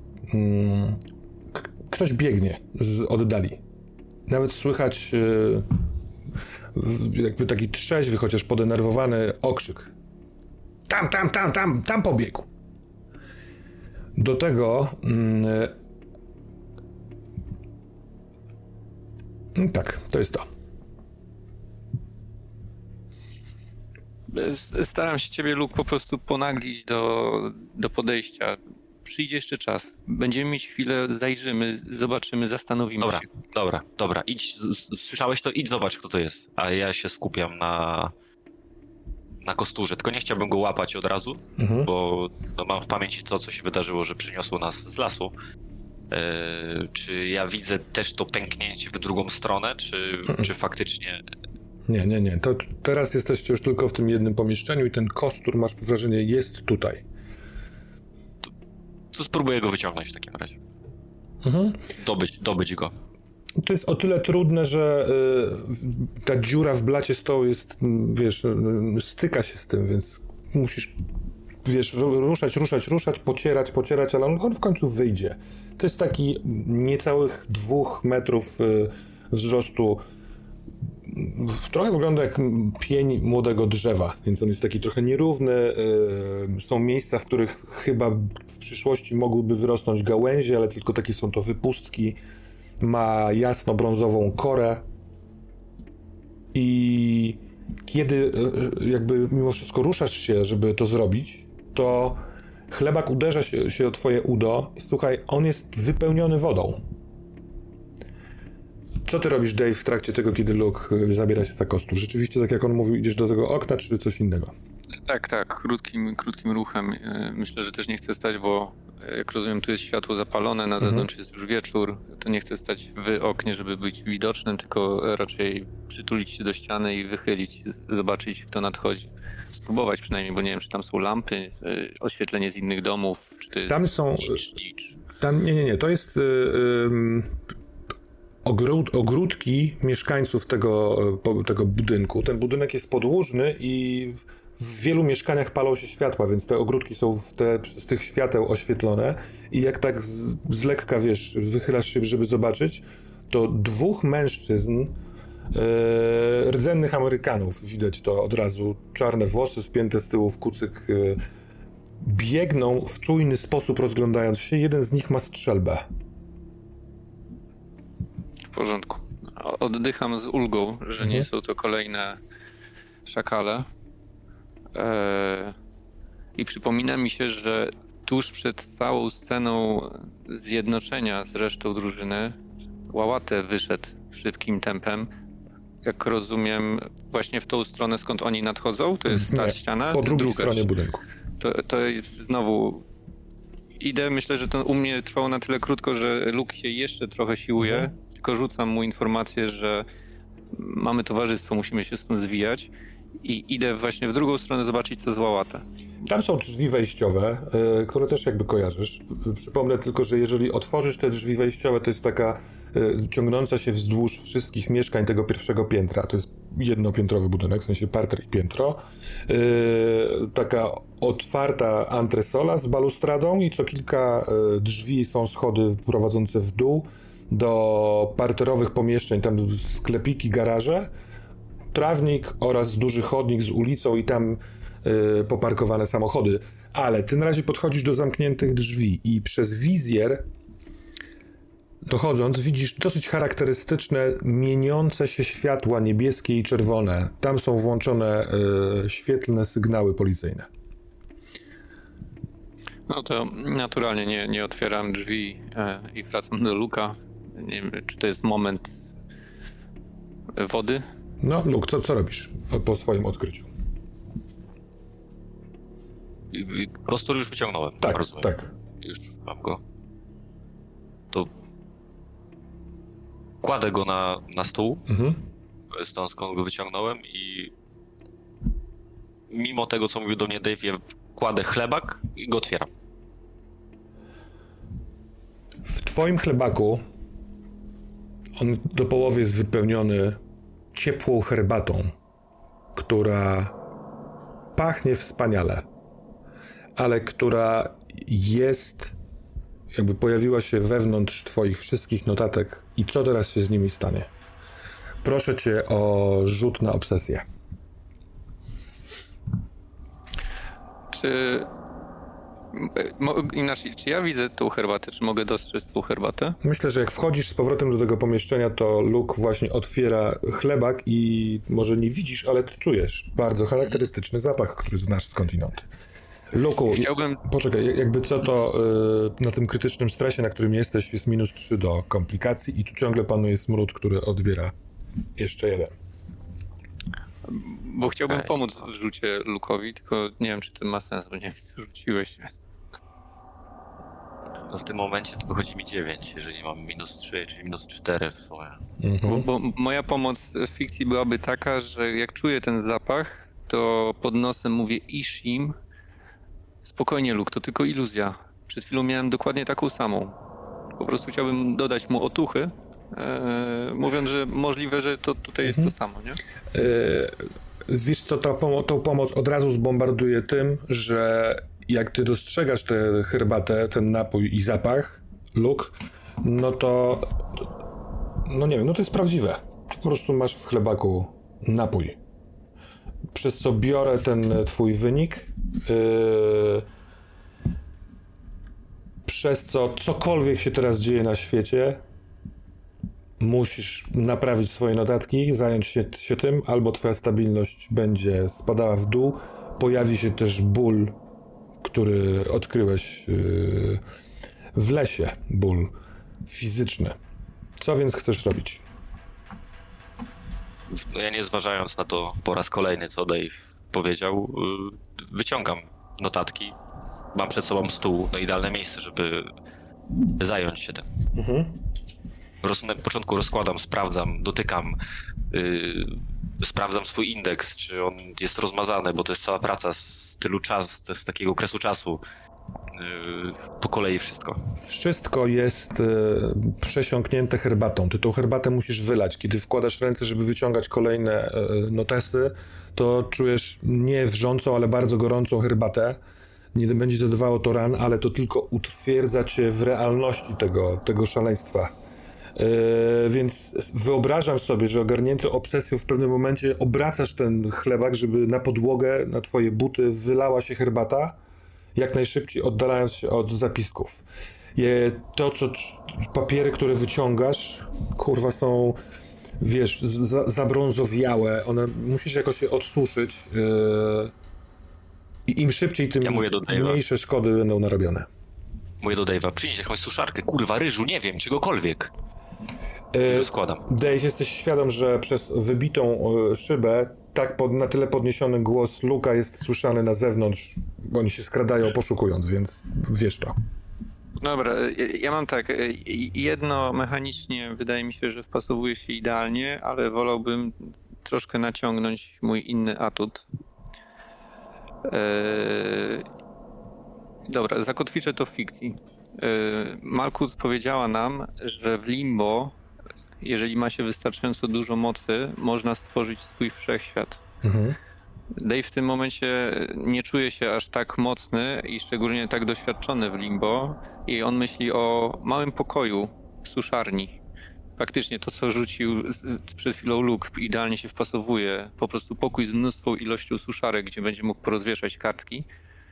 ktoś biegnie z oddali. Nawet słychać jakby taki trzeźwy, chociaż podenerwowany okrzyk. Tam pobiegł. Do tego tak, to jest to. Staram się ciebie, Luke, po prostu ponaglić do podejścia. Przyjdzie jeszcze czas. Będziemy mieć chwilę, zajrzymy, zobaczymy, zastanowimy się. Dobra. Idź, słyszałeś to? Idź zobacz, kto to jest. A ja się skupiam na kosturze. Tylko nie chciałbym go łapać od razu, bo mam w pamięci to, co się wydarzyło, że przyniosło nas z lasu. Czy ja widzę też to pęknięcie w drugą stronę, czy faktycznie... Nie. To teraz jesteście już tylko w tym jednym pomieszczeniu i ten kostur, masz wrażenie, jest tutaj. To spróbuję go wyciągnąć w takim razie. Dobyć go. To jest o tyle trudne, że ta dziura w blacie stołu jest, wiesz, styka się z tym, więc musisz, wiesz, ruszać, pocierać, ale on w końcu wyjdzie. To jest taki niecałych 2 metrów wzrostu. Trochę wygląda jak pień młodego drzewa, więc on jest taki trochę nierówny. Są miejsca, w których chyba w przyszłości mogłyby wyrosnąć gałęzie, ale tylko takie są to wypustki. Ma jasno-brązową korę i kiedy jakby mimo wszystko ruszasz się, żeby to zrobić, to chlebak uderza się o twoje udo i słuchaj, on jest wypełniony wodą. Co ty robisz, Dave, w trakcie tego, kiedy Luke zabiera się za kostur? Rzeczywiście, tak jak on mówił, idziesz do tego okna, czy coś innego? Tak, krótkim ruchem. Myślę, że też nie chcę stać, bo jak rozumiem, tu jest światło zapalone, na zewnątrz jest już wieczór, to nie chcę stać w oknie, żeby być widocznym, tylko raczej przytulić się do ściany i wychylić, zobaczyć, kto nadchodzi. Spróbować przynajmniej, bo nie wiem, czy tam są lampy, oświetlenie z innych domów, czy to jest... Tam są... Nicz. Tam, nie, to jest... ogródki mieszkańców tego budynku. Ten budynek jest podłużny i w wielu mieszkaniach palą się światła, więc te ogródki są z tych świateł oświetlone i jak tak z lekka, wiesz, wychylasz się, żeby zobaczyć, to 2 mężczyzn, rdzennych Amerykanów, widać to od razu, czarne włosy spięte z tyłu w kucyk, biegną w czujny sposób, rozglądając się. Jeden z nich ma strzelbę. W porządku. Oddycham z ulgą, że nie są to kolejne szakale. I przypomina mi się, że tuż przed całą sceną zjednoczenia z resztą drużyny Łałatę wyszedł szybkim tempem. jak rozumiem, właśnie w tą stronę, skąd oni nadchodzą? To jest ta ściana? Po drugiej stronie budynku. To jest znowu... Idę, myślę, że to u mnie trwało na tyle krótko, że Luke się jeszcze trochę siłuje, tylko rzucam mu informację, że mamy towarzystwo, musimy się stąd zwijać i idę właśnie w drugą stronę zobaczyć, co z Łałata. Tam są drzwi wejściowe, które też jakby kojarzysz. Przypomnę tylko, że jeżeli otworzysz te drzwi wejściowe, to jest taka ciągnąca się wzdłuż wszystkich mieszkań tego pierwszego piętra. To jest jednopiętrowy budynek, w sensie parter i piętro. Taka otwarta antresola z balustradą i co kilka drzwi są schody prowadzące w dół do parterowych pomieszczeń, tam sklepiki, garaże, trawnik oraz duży chodnik z ulicą i tam poparkowane samochody. Ale ty na razie podchodzisz do zamkniętych drzwi i przez wizjer dochodząc widzisz dosyć charakterystyczne mieniące się światła niebieskie i czerwone. Tam są włączone świetlne sygnały policyjne. No to naturalnie nie otwieram drzwi i wracam do Luka. Nie wiem, czy to jest moment wody? No, Luke, co robisz po swoim odkryciu? Kostur już wyciągnąłem. Tak, rozumiem. tak. Już mam go. To kładę go na stół, stąd skąd go wyciągnąłem i mimo tego, co mówił do mnie Dave, ja kładę chlebak i go otwieram. W twoim chlebaku on do połowy jest wypełniony ciepłą herbatą, która pachnie wspaniale, ale która jest, jakby pojawiła się wewnątrz twoich wszystkich notatek i co teraz się z nimi stanie? Proszę cię o rzut na obsesję. Inaczej, czy ja widzę tą herbatę, czy mogę dostrzec tą herbatę? Myślę, że jak wchodzisz z powrotem do tego pomieszczenia, to Luke właśnie otwiera chlebak i może nie widzisz, ale ty czujesz bardzo charakterystyczny zapach, który znasz skądinąd. Luku, poczekaj, jakby co to na tym krytycznym stresie, na którym jesteś, jest -3 do komplikacji i tu ciągle panuje smród, który odbiera jeszcze jeden. Bo chciałbym pomóc w rzucie Luke'owi, tylko nie wiem, czy to ma sens, bo nie wiem, co rzuciłeś. To w tym momencie to wychodzi mi 9, jeżeli mam -3, czyli -4 w sumie. Bo moja pomoc w fikcji byłaby taka, że jak czuję ten zapach, to pod nosem mówię Ishim. Spokojnie, Luke, to tylko iluzja. Przed chwilą miałem dokładnie taką samą. Po prostu chciałbym dodać mu otuchy, mówiąc, że możliwe, że to tutaj jest to samo, nie? Wiesz co, tą pomoc od razu zbombarduje tym, że jak ty dostrzegasz tę herbatę, ten napój i zapach, Luke, no to no nie wiem, no to jest prawdziwe. Ty po prostu masz w chlebaku napój. Przez co biorę ten twój wynik, przez co cokolwiek się teraz dzieje na świecie, musisz naprawić swoje notatki, zająć się tym, albo twoja stabilność będzie spadała w dół, pojawi się też ból, który odkryłeś w lesie, ból fizyczny. Co więc chcesz robić? Ja nie zważając na to po raz kolejny, co Dave powiedział, wyciągam notatki, mam przed sobą stół, no idealne miejsce, żeby zająć się tym. Na początku rozkładam, sprawdzam, dotykam, sprawdzam swój indeks, czy on jest rozmazany, bo to jest cała praca z tylu czasu, z takiego okresu czasu. Po kolei wszystko. Wszystko jest przesiąknięte herbatą. Ty tą herbatę musisz wylać. Kiedy wkładasz ręce, żeby wyciągać kolejne notesy, to czujesz nie wrzącą, ale bardzo gorącą herbatę. Nie będzie zadawało to ran, ale to tylko utwierdza cię w realności tego szaleństwa. Więc wyobrażam sobie, że ogarnięty obsesją w pewnym momencie obracasz ten chlebak, żeby na podłogę, na twoje buty wylała się herbata, jak najszybciej oddalając się od zapisków. Papiery, które wyciągasz, kurwa, są, wiesz, zabrązowiałe, one musisz jakoś je odsuszyć i im szybciej, tym mniejsze szkody będą narobione. Mówię do Dave'a, przynieś jakąś suszarkę, kurwa, ryżu, nie wiem, czegokolwiek. Rozkładam. Dave, jesteś świadom, że przez wybitą szybę na tyle podniesiony głos Luka jest słyszany na zewnątrz, bo oni się skradają poszukując, więc wiesz to. Dobra, ja mam tak, jedno mechanicznie wydaje mi się, że wpasowuje się idealnie, ale wolałbym troszkę naciągnąć mój inny atut. Dobra, zakotwiczę to w fikcji. Malkuth powiedziała nam, że w Limbo, jeżeli ma się wystarczająco dużo mocy, można stworzyć swój wszechświat. Mhm. Dave w tym momencie nie czuje się aż tak mocny i szczególnie tak doświadczony w Limbo i on myśli o małym pokoju w suszarni. Faktycznie to, co rzucił przed chwilą Luke, idealnie się wpasowuje. Po prostu pokój z mnóstwą ilością suszarek, gdzie będzie mógł porozwieszać kartki.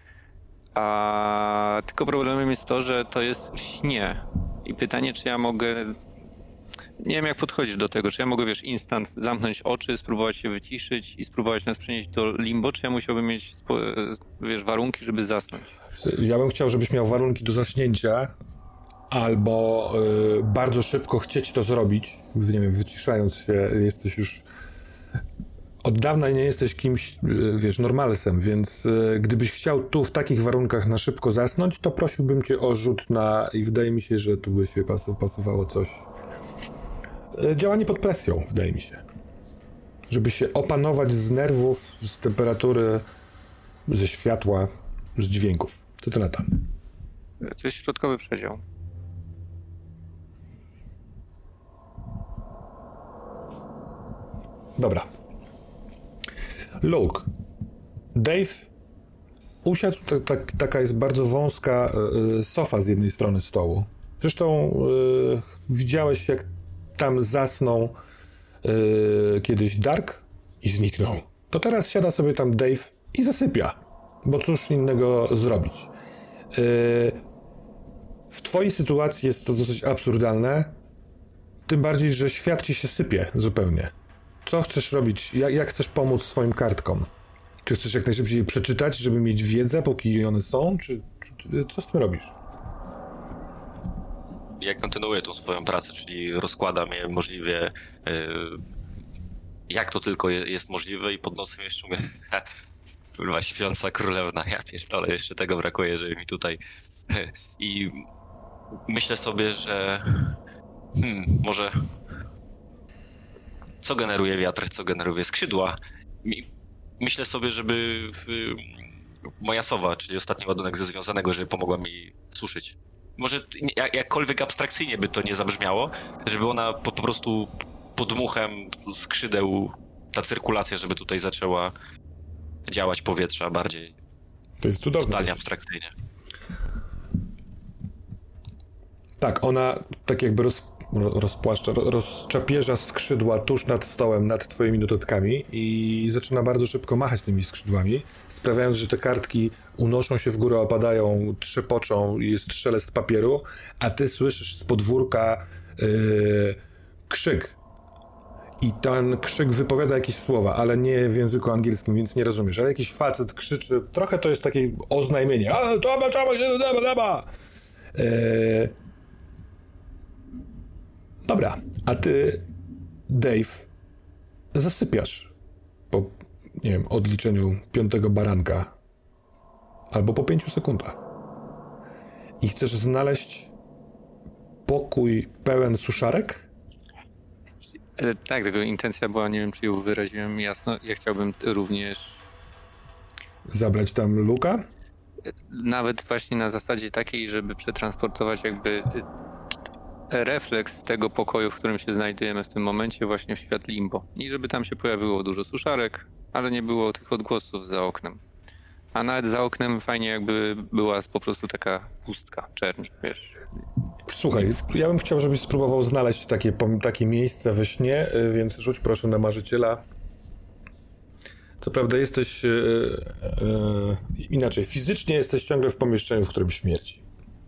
A tylko problemem jest to, że to jest w śnie. I pytanie, czy ja mogę... Nie wiem, jak podchodzisz do tego. Czy ja mogę, instant zamknąć oczy, spróbować się wyciszyć i spróbować nas przenieść do Limbo, czy ja musiałbym mieć, warunki, żeby zasnąć? Ja bym chciał, żebyś miał warunki do zaśnięcia, albo bardzo szybko chcieć to zrobić, nie wiem, wyciszając się, jesteś już... Od dawna nie jesteś kimś, normalsem, więc gdybyś chciał tu w takich warunkach na szybko zasnąć, to prosiłbym cię o rzut i wydaje mi się, że tu by się pasowało coś... Działanie pod presją, wydaje mi się. Żeby się opanować z nerwów, z temperatury, ze światła, z dźwięków. Co ty na to? To jest środkowy przedział. Dobra. Luke. Dave usiadł, taka jest bardzo wąska sofa z jednej strony stołu. Zresztą widziałeś, jak tam zasnął kiedyś Dark i zniknął. To teraz siada sobie tam Dave i zasypia, bo cóż innego zrobić. W twojej sytuacji jest to dosyć absurdalne, tym bardziej, że świat ci się sypie zupełnie. Co chcesz robić? Jak chcesz pomóc swoim kartkom? Czy chcesz jak najszybciej je przeczytać, żeby mieć wiedzę, póki one są? Czy co z tym robisz? Ja kontynuuję tą swoją pracę, czyli rozkładam je możliwie jak to tylko jest możliwe i pod nosem jeszcze mówię kurwa, śpiąca królewna, ja pierdolę, jeszcze tego brakuje, żeby mi tutaj i myślę sobie, że może co generuje wiatr, co generuje skrzydła. Myślę sobie, żeby moja sowa, czyli ostatni ładunek ze związanego, żeby pomogła mi suszyć. Może jakkolwiek abstrakcyjnie by to nie zabrzmiało, żeby ona po prostu podmuchem skrzydeł, ta cyrkulacja, żeby tutaj zaczęła działać powietrza bardziej. To jest cudowne. Totalnie abstrakcyjnie. Tak, ona tak jakby rozczapierza skrzydła tuż nad stołem, nad twoimi notatkami i zaczyna bardzo szybko machać tymi skrzydłami, sprawiając, że te kartki unoszą się w górę, opadają, trzepoczą i jest szelest papieru, a ty słyszysz z podwórka krzyk. I ten krzyk wypowiada jakieś słowa, ale nie w języku angielskim, więc nie rozumiesz. Ale jakiś facet krzyczy, trochę to jest takie oznajmienie. Dobra, a ty, Dave, zasypiasz po, nie wiem, odliczeniu 5. baranka albo po 5 sekundach i chcesz znaleźć pokój pełen suszarek? Tak, tego intencja była, nie wiem, czy ją wyraziłem jasno. Ja chciałbym również... Zabrać tam Luka? Nawet właśnie na zasadzie takiej, żeby przetransportować jakby refleks tego pokoju, w którym się znajdujemy w tym momencie, właśnie w świat Limbo. I żeby tam się pojawiło dużo suszarek, ale nie było tych odgłosów za oknem. A nawet za oknem fajnie jakby była po prostu taka pustka, czerni, wiesz. Słuchaj, ja bym chciał, żebyś spróbował znaleźć takie miejsce we śnie, więc rzuć proszę na marzyciela. Co prawda jesteś inaczej, fizycznie jesteś ciągle w pomieszczeniu, w którym śmierci.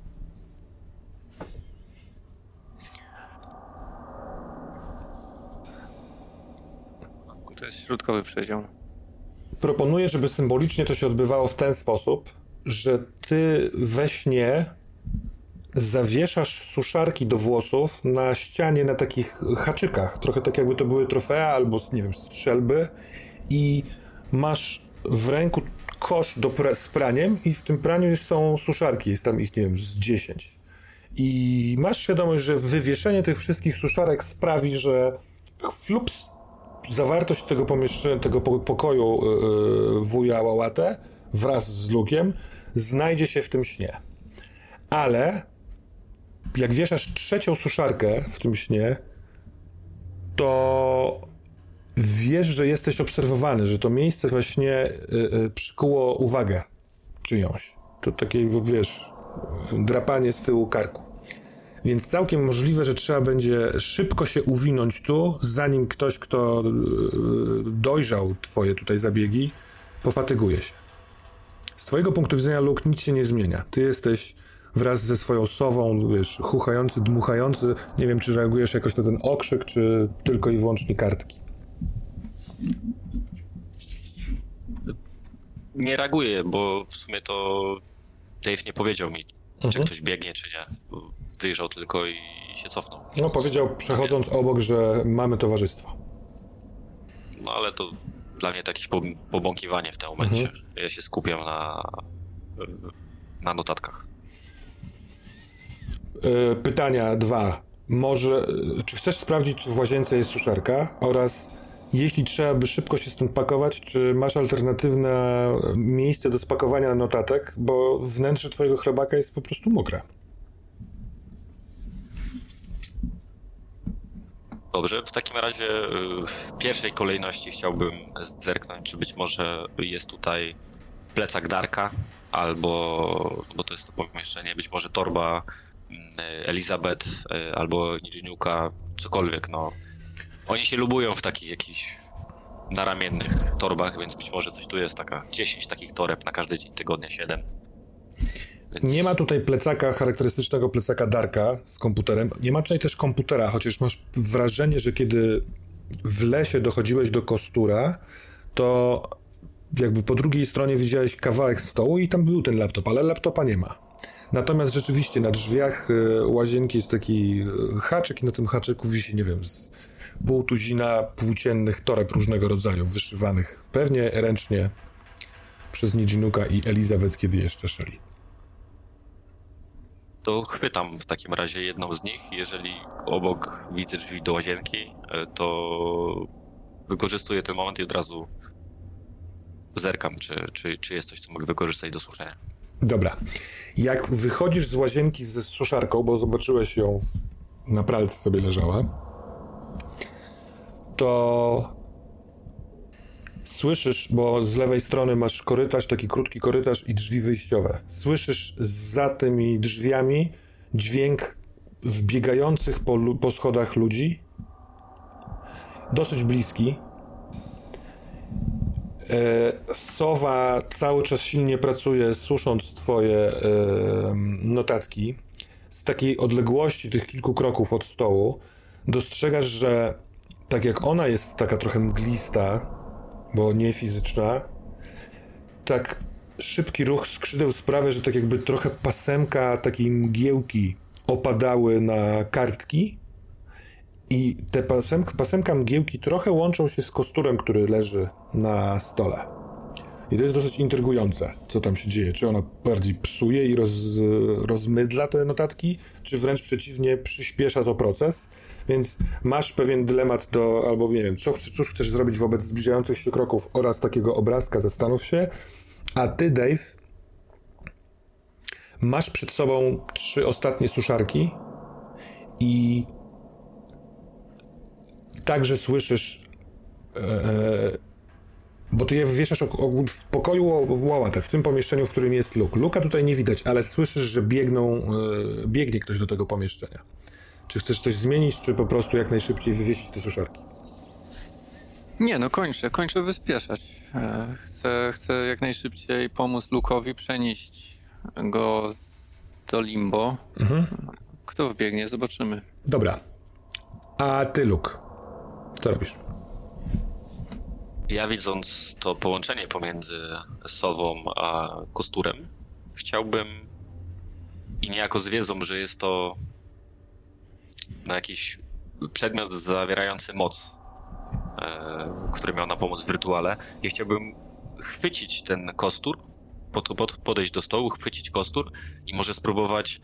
To jest środkowy przedział. Proponuję, żeby symbolicznie to się odbywało w ten sposób, że ty we śnie zawieszasz suszarki do włosów na ścianie na takich haczykach, trochę tak jakby to były trofea albo, nie wiem, strzelby i masz w ręku kosz z praniem i w tym praniu są suszarki, jest tam ich, nie wiem, z 10. I masz świadomość, że wywieszenie tych wszystkich suszarek sprawi, że flups, zawartość tego pomieszczenia, tego pokoju wuja Łałatę wraz z Luke'iem znajdzie się w tym śnie. Ale jak wieszasz trzecią suszarkę w tym śnie, to wiesz, że jesteś obserwowany, że to miejsce właśnie przykuło uwagę czyjąś. To takie, wiesz, drapanie z tyłu karku. Więc całkiem możliwe, że trzeba będzie szybko się uwinąć tu, zanim ktoś, kto dojrzał twoje tutaj zabiegi, pofatyguje się. Z twojego punktu widzenia, Luke, nic się nie zmienia. Ty jesteś wraz ze swoją sową, wiesz, chuchający, dmuchający. Nie wiem, czy reagujesz jakoś na ten okrzyk, czy tylko i wyłącznie kartki. Nie reaguję, bo w sumie to Dave nie powiedział mi, czy ktoś biegnie, czy nie. Wyjrzał tylko i się cofnął. No, powiedział, przechodząc obok, że mamy towarzystwo. No, ale to dla mnie to jakieś pobąkiwanie w tym momencie. Ja się skupiam na notatkach. Pytania 2. Może, czy chcesz sprawdzić, czy w łazience jest suszarka? Oraz jeśli trzeba by szybko się stąd pakować, czy masz alternatywne miejsce do spakowania notatek, bo wnętrze twojego chrobaka jest po prostu mokre. Dobrze, w takim razie w pierwszej kolejności chciałbym zerknąć, czy być może jest tutaj plecak Darka, albo, bo to jest to pomieszczenie, być może torba Elizabeth, albo Nidżiniuka, cokolwiek, no. Oni się lubują w takich jakichś naramiennych torbach, więc być może coś tu jest, taka 10 takich toreb na każdy dzień tygodnia, 7. Więc... Nie ma tutaj plecaka, charakterystycznego plecaka Darka z komputerem. Nie ma tutaj też komputera, chociaż masz wrażenie, że kiedy w lesie dochodziłeś do kostura, to jakby po drugiej stronie widziałeś kawałek stołu i tam był ten laptop, ale laptopa nie ma. Natomiast rzeczywiście na drzwiach łazienki jest taki haczyk i na tym haczyku wisi, nie wiem, z pół tuzina płóciennych toreb różnego rodzaju, wyszywanych pewnie ręcznie przez Nidżinuka i Elizabeth, kiedy jeszcze szyli. To chwytam w takim razie jedną z nich. Jeżeli obok widzę drzwi do łazienki, to wykorzystuję ten moment i od razu zerkam, czy jest coś, co mogę wykorzystać do suszenia. Dobra. Jak wychodzisz z łazienki ze suszarką, bo zobaczyłeś ją, na pralce sobie leżała, to słyszysz, bo z lewej strony masz korytarz, taki krótki korytarz i drzwi wyjściowe. Słyszysz za tymi drzwiami dźwięk wbiegających po schodach ludzi. Dosyć bliski. Sowa cały czas silnie pracuje, susząc twoje notatki. Z takiej odległości tych kilku kroków od stołu dostrzegasz, że tak jak ona jest taka trochę mglista, bo nie fizyczna, tak szybki ruch skrzydeł sprawia, że tak jakby trochę pasemka takiej mgiełki opadały na kartki i te pasemka mgiełki trochę łączą się z kosturem, który leży na stole. I to jest dosyć intrygujące, co tam się dzieje. Czy ona bardziej psuje i rozmydla te notatki, czy wręcz przeciwnie, przyspiesza to proces. Więc masz pewien dylemat albo nie wiem, cóż chcesz zrobić wobec zbliżających się kroków oraz takiego obrazka, zastanów się. A ty, Dave, masz przed sobą 3 ostatnie suszarki i także słyszysz, bo ty je wieszasz w pokoju Łałatę, w tym pomieszczeniu, w którym jest Luke. Luke'a tutaj nie widać, ale słyszysz, że biegnie ktoś do tego pomieszczenia. Czy chcesz coś zmienić, czy po prostu jak najszybciej wywiesić te suszarki? Nie, no kończę wyspieszać. Chcę jak najszybciej pomóc Luke'owi przenieść go do Limbo. Kto wbiegnie, zobaczymy. Dobra. A ty, Luke, co robisz? Ja, widząc to połączenie pomiędzy sową a kosturem, chciałbym i niejako z wiedzą, że jest to jakiś przedmiot zawierający moc, który miał nam pomóc w rytuale, ja chciałbym chwycić ten kostur, podejść do stołu, chwycić kostur i może spróbować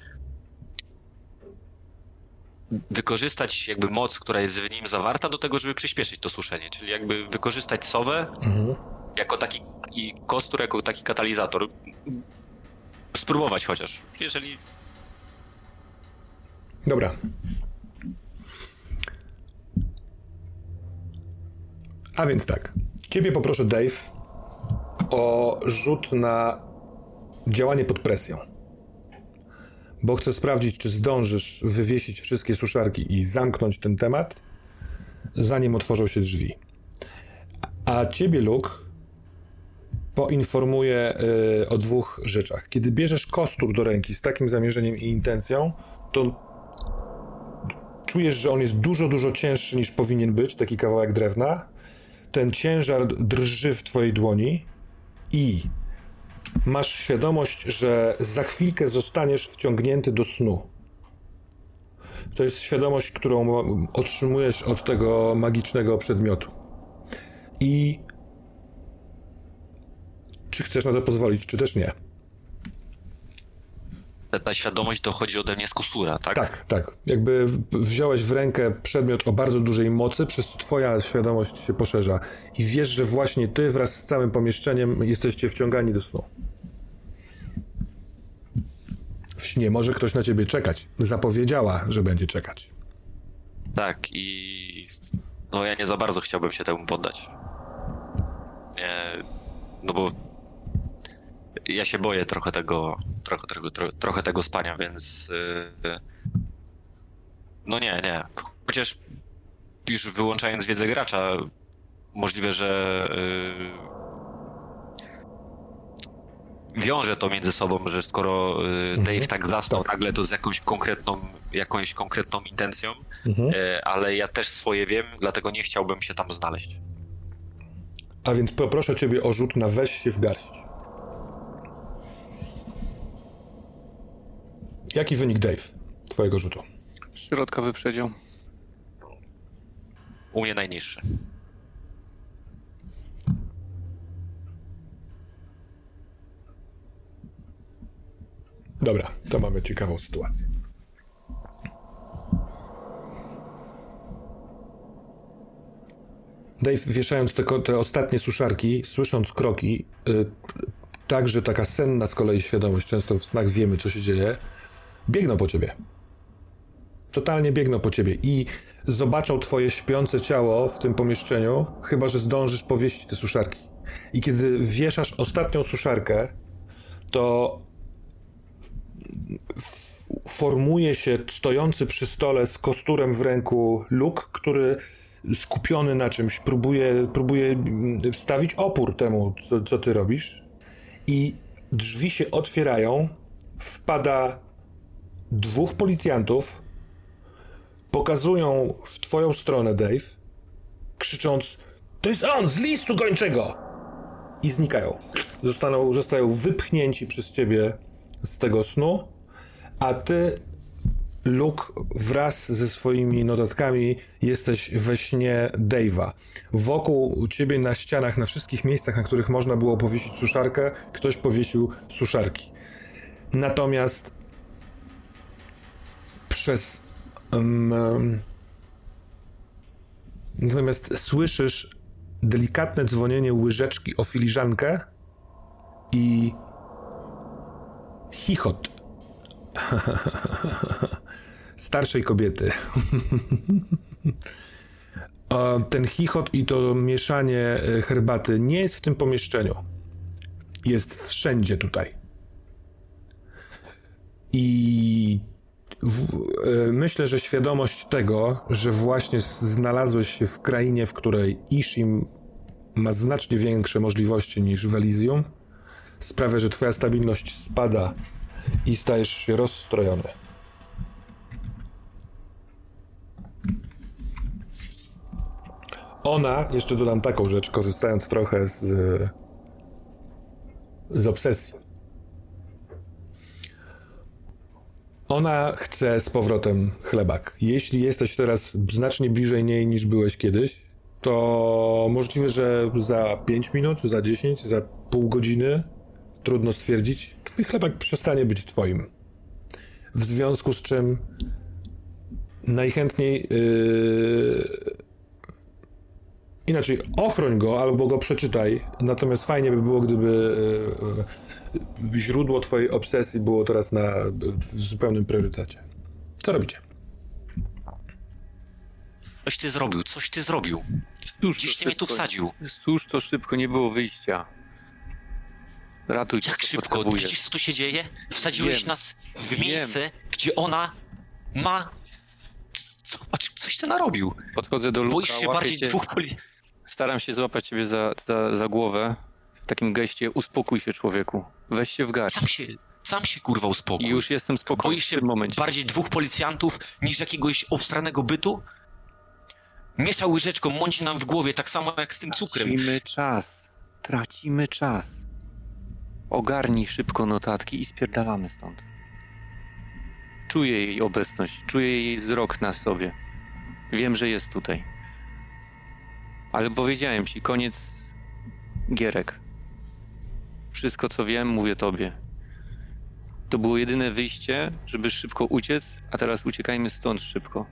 wykorzystać jakby moc, która jest w nim zawarta do tego, żeby przyspieszyć to suszenie, czyli jakby wykorzystać sowę jako taki i kostur jako taki katalizator. Spróbować chociaż, jeżeli... Dobra. A więc tak, ciebie poproszę, Dave, o rzut na działanie pod presją. Bo chcę sprawdzić, czy zdążysz wywiesić wszystkie suszarki i zamknąć ten temat, zanim otworzą się drzwi. A ciebie, Luke, poinformuję o 2 rzeczach. Kiedy bierzesz kostur do ręki z takim zamierzeniem i intencją, to czujesz, że on jest dużo, dużo cięższy niż powinien być, taki kawałek drewna. Ten ciężar drży w twojej dłoni i masz świadomość, że za chwilkę zostaniesz wciągnięty do snu. To jest świadomość, którą otrzymujesz od tego magicznego przedmiotu. I czy chcesz na to pozwolić, czy też nie? Ta świadomość dochodzi ode mnie z kostura, tak? Tak. Jakby wziąłeś w rękę przedmiot o bardzo dużej mocy, przez co twoja świadomość się poszerza. I wiesz, że właśnie ty wraz z całym pomieszczeniem jesteście wciągani do snu. W śnie może ktoś na ciebie czekać. Zapowiedziała, że będzie czekać. Tak, i no ja nie za bardzo chciałbym się temu poddać. Nie, no bo ja się boję trochę tego spania, więc no nie. Chociaż już wyłączając wiedzę gracza, możliwe, że wiąże to między sobą, że skoro Dave tak zasnął nagle, to z jakąś konkretną intencją, ale ja też swoje wiem, dlatego nie chciałbym się tam znaleźć. A więc poproszę ciebie o rzut na weź się w garść. Jaki wynik, Dave, twojego rzutu? Środkowy przedział. U mnie najniższy. Dobra, to mamy ciekawą sytuację. Dave, wieszając te ostatnie suszarki, słysząc kroki, także taka senna z kolei świadomość, często w snach wiemy, co się dzieje, biegną po ciebie. Totalnie biegną po ciebie i zobaczą twoje śpiące ciało w tym pomieszczeniu, chyba że zdążysz powiesić te suszarki. I kiedy wieszasz ostatnią suszarkę, to formuje się stojący przy stole z kosturem w ręku Luke, który skupiony na czymś próbuje stawić opór temu, co ty robisz. I drzwi się otwierają, wpada 2 policjantów, pokazują w twoją stronę, Dave, krzycząc: to jest on, z listu gończego! I znikają. Zostają wypchnięci przez ciebie z tego snu, a ty, Luke, wraz ze swoimi notatkami jesteś we śnie Dave'a. Wokół ciebie na ścianach, na wszystkich miejscach, na których można było powiesić suszarkę, ktoś powiesił suszarki. Natomiast słyszysz delikatne dzwonienie łyżeczki o filiżankę i chichot starszej kobiety. Ten chichot i to mieszanie herbaty nie jest w tym pomieszczeniu. Jest wszędzie tutaj. I myślę, że świadomość tego, że właśnie znalazłeś się w krainie, w której Ishim ma znacznie większe możliwości niż w Elysium, sprawia, że twoja stabilność spada i stajesz się rozstrojony. Ona, jeszcze dodam taką rzecz, korzystając trochę z obsesji. Ona chce z powrotem chlebak. Jeśli jesteś teraz znacznie bliżej niej niż byłeś kiedyś, to możliwe, że za 5 minut, za 10, za pół godziny, trudno stwierdzić, twój chlebak przestanie być twoim. W związku z czym najchętniej inaczej, ochroń go albo go przeczytaj, natomiast fajnie by było, gdyby źródło twojej obsesji było teraz w zupełnym priorytecie. Co robicie? Coś ty zrobił. Gdzieś ty mnie tu wsadził. Cóż, to szybko, nie było wyjścia. Ratuj. Jak szybko? Widzisz, co tu się dzieje? Wsadziłeś nas w miejsce, gdzie ona ma... Coś ty narobił. Podchodzę do Luka, Boisz się bardziej dwóch Staram się złapać ciebie za głowę. W takim geście uspokój się, człowieku. Weź się w garść. Sam się kurwa uspokój. I już jestem spokojny. Boisz się bardziej dwóch policjantów niż jakiegoś obstranego bytu? Miesza łyżeczką, mąci nam w głowie tak samo jak z tym cukrem. Tracimy czas. Ogarnij szybko notatki i spierdalamy stąd. Czuję jej obecność, czuję jej wzrok na sobie. Wiem, że jest tutaj. Ale powiedziałem ci, koniec gierek. Wszystko, co wiem, mówię tobie. To było jedyne wyjście, żeby szybko uciec, a teraz uciekajmy stąd szybko.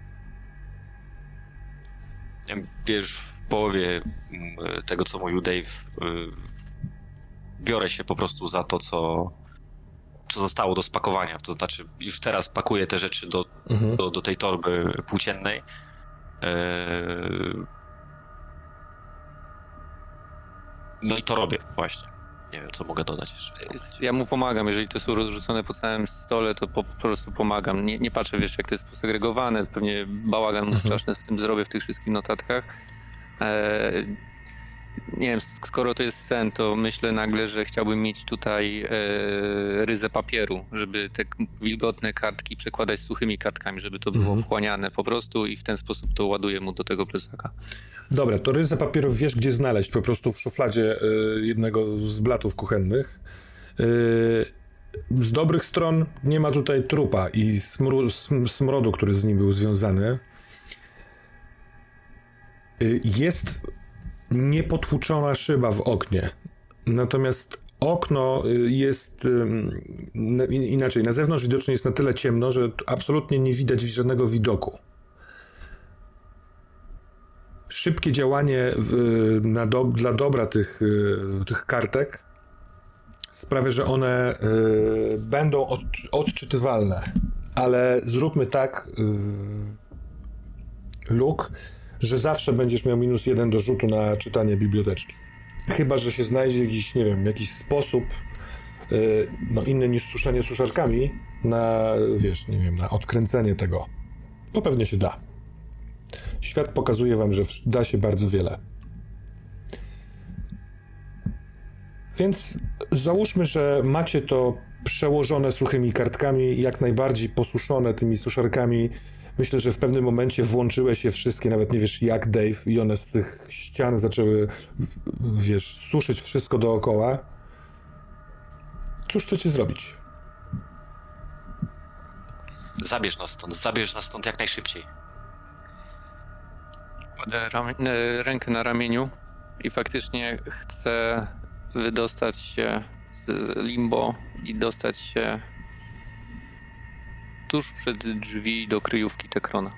Wiesz, w połowie tego, co mówił Dave, biorę się po prostu za to, co zostało do spakowania. To znaczy, już teraz pakuję te rzeczy do tej torby płóciennej. No i to robię właśnie. Nie wiem, co mogę dodać jeszcze. Ja mu pomagam, jeżeli to są rozrzucone po całym stole, to po prostu pomagam. Nie patrzę, wiesz, jak to jest posegregowane, pewnie bałagan mu straszny w tym zrobię, w tych wszystkich notatkach. Nie wiem, skoro to jest sen, to myślę nagle, że chciałbym mieć tutaj ryzę papieru, żeby te wilgotne kartki przekładać suchymi kartkami, żeby to było wchłaniane po prostu i w ten sposób to ładuję mu do tego plecaka. Dobra, to ryzę papieru wiesz, gdzie znaleźć, po prostu w szufladzie jednego z blatów kuchennych. Z dobrych stron nie ma tutaj trupa i smrodu, który z nim był związany. Jest niepotłuczona szyba w oknie, natomiast okno jest inaczej, na zewnątrz widocznie jest na tyle ciemno, że absolutnie nie widać żadnego widoku. Szybkie działanie dla dobra tych kartek sprawia, że one będą odczytywalne, ale zróbmy tak, Luke, że zawsze będziesz miał -1 do rzutu na czytanie biblioteczki. Chyba że się znajdzie jakiś, nie wiem, jakiś sposób inny niż suszenie suszarkami na, wiesz, nie wiem, na odkręcenie tego. To pewnie się da. Świat pokazuje wam, że da się bardzo wiele. Więc załóżmy, że macie to przełożone suchymi kartkami, jak najbardziej posuszone tymi suszarkami. Myślę, że w pewnym momencie włączyły się wszystkie, nawet nie wiesz jak, Dave, i one z tych ścian zaczęły, wiesz, suszyć wszystko dookoła. Cóż chcecie zrobić? Zabierz nas stąd jak najszybciej. Kładę rękę na ramieniu i faktycznie chcę wydostać się z limbo i dostać się tuż przed drzwi do kryjówki Tekrona.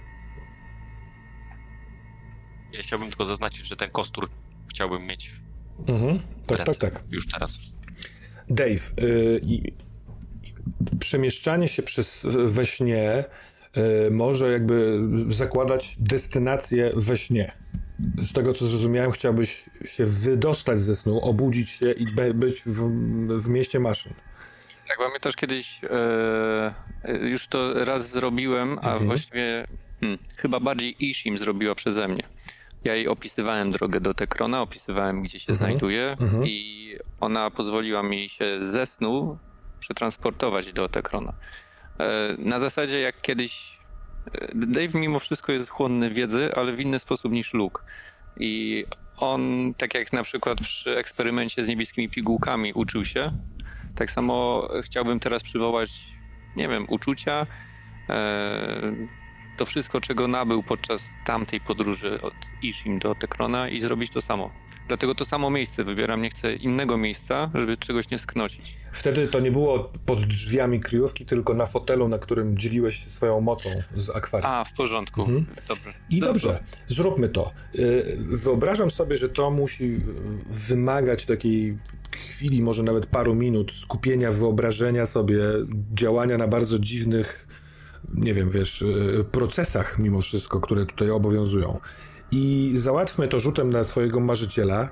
Ja chciałbym tylko zaznaczyć, że ten kostur chciałbym mieć Tak. Już teraz. Dave, przemieszczanie się we śnie może jakby zakładać destynację we śnie. Z tego, co zrozumiałem, chciałbyś się wydostać ze snu, obudzić się i być w mieście maszyn. Tak, pamiętasz kiedyś, już to raz zrobiłem, a właściwie chyba bardziej Ishim zrobiła przeze mnie. Ja jej opisywałem drogę do Tekrona, opisywałem, gdzie się znajduje i ona pozwoliła mi się ze snu przetransportować do Tekrona. Na zasadzie jak kiedyś Dave mimo wszystko jest chłonny wiedzy, ale w inny sposób niż Luke. I on, tak jak na przykład przy eksperymencie z niebieskimi pigułkami uczył się, tak samo chciałbym teraz przywołać nie wiem, uczucia, to wszystko, czego nabył podczas tamtej podróży od Ishim do Tekrona i zrobić to samo. Dlatego to samo miejsce wybieram, nie chcę innego miejsca, żeby czegoś nie sknocić. Wtedy to nie było pod drzwiami kryjówki, tylko na fotelu, na którym dzieliłeś się swoją mocą z akwarium. A, w porządku. Dobrze. I dobrze, zróbmy to. Wyobrażam sobie, że to musi wymagać takiej chwili, może nawet paru minut, skupienia, wyobrażenia sobie, działania na bardzo dziwnych, nie wiem, wiesz, procesach mimo wszystko, które tutaj obowiązują. I załatwmy to rzutem na twojego marzyciela.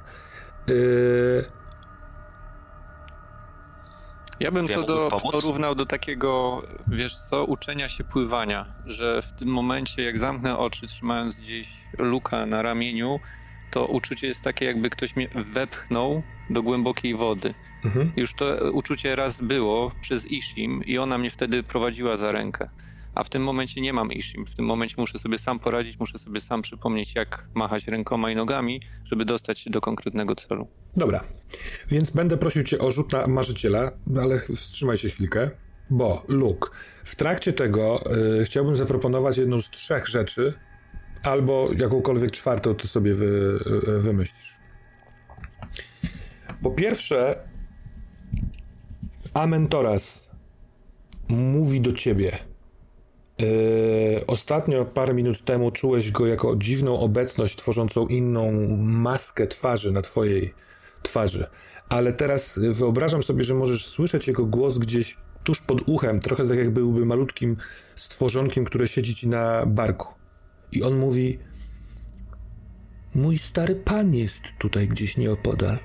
Ja bym to porównał do takiego, wiesz co, uczenia się pływania, że w tym momencie, jak zamknę oczy, trzymając gdzieś Luka na ramieniu, to uczucie jest takie, jakby ktoś mnie wepchnął do głębokiej wody. Już to uczucie raz było przez Ishim i ona mnie wtedy prowadziła za rękę. A w tym momencie nie mam Ishim. W tym momencie muszę sobie sam poradzić, muszę sobie sam przypomnieć, jak machać rękoma i nogami, żeby dostać się do konkretnego celu. Dobra, więc będę prosił cię o rzut na marzyciela, ale wstrzymaj się chwilkę, bo Luke, w trakcie tego chciałbym zaproponować jedną z 3 rzeczy, albo jakąkolwiek 4 ty sobie wymyślisz. Po pierwsze, Amentoras mówi do ciebie. Ostatnio, parę minut temu, czułeś go jako dziwną obecność tworzącą inną maskę twarzy na twojej twarzy, ale teraz wyobrażam sobie, że możesz słyszeć jego głos gdzieś tuż pod uchem, trochę tak jak byłby malutkim stworzonkiem, które siedzi ci na barku. I on mówi: mój stary pan jest tutaj gdzieś nieopodal.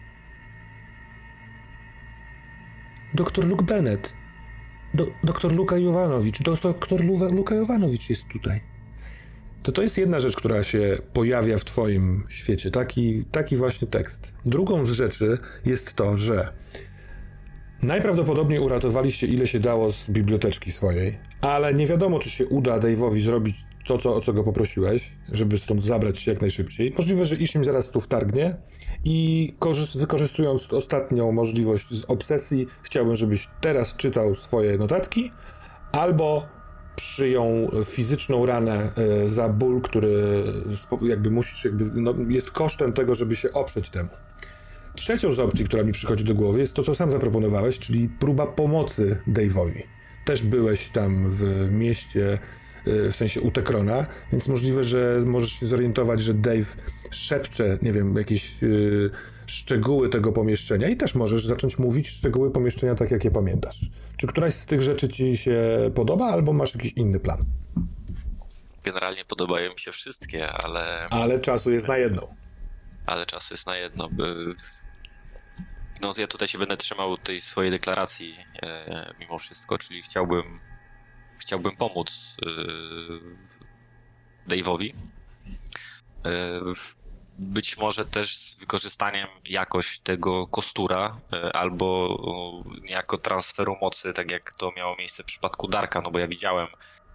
Doktor Luke Bennett. Doktor Luka Jovanovich. Doktor Luka Jovanovich jest tutaj. To jest jedna rzecz, która się pojawia w twoim świecie. Taki właśnie tekst. Drugą z rzeczy jest to, że najprawdopodobniej uratowaliście ile się dało z biblioteczki swojej, ale nie wiadomo, czy się uda Dave'owi zrobić to, o co go poprosiłeś, żeby stąd zabrać się jak najszybciej. Możliwe, że Ishim zaraz tu wtargnie i wykorzystując ostatnią możliwość z obsesji, chciałbym, żebyś teraz czytał swoje notatki albo przyjął fizyczną ranę za ból, który jakby musisz, jest kosztem tego, żeby się oprzeć temu. Trzecią z opcji, która mi przychodzi do głowy, jest to, co sam zaproponowałeś, czyli próba pomocy Dave'owi. Też byłeś tam w mieście, w sensie u Tekrona, więc możliwe, że możesz się zorientować, że Dave szepcze, nie wiem, jakieś szczegóły tego pomieszczenia i też możesz zacząć mówić szczegóły pomieszczenia tak, jak je pamiętasz. Czy któraś z tych rzeczy ci się podoba, albo masz jakiś inny plan? Generalnie podobają mi się wszystkie, ale... Ale czasu jest na jedną. Ale czas jest na jedno, no ja tutaj się będę trzymał tej swojej deklaracji mimo wszystko, czyli chciałbym pomóc Dave'owi. Być może też z wykorzystaniem jakoś tego kostura albo niejako transferu mocy, tak jak to miało miejsce w przypadku Darka, no bo ja widziałem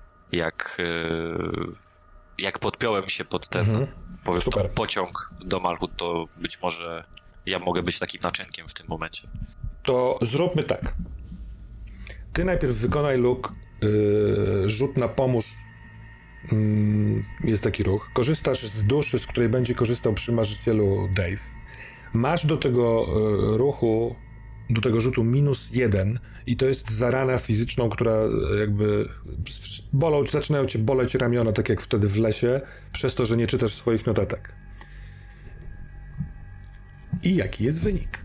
jak podpiąłem się pod ten pociąg do Malchut, to być może ja mogę być takim naczynkiem w tym momencie. To zróbmy tak. Ty najpierw wykonaj, Luke, rzut na pomóż. Jest taki ruch. Korzystasz z duszy, z której będzie korzystał przy marzycielu Dave. Masz do tego ruchu, do tego rzutu -1 i to jest za ranę fizyczną, która jakby zaczynają cię boleć ramiona, tak jak wtedy w lesie, przez to, że nie czytasz swoich notatek. I jaki jest wynik?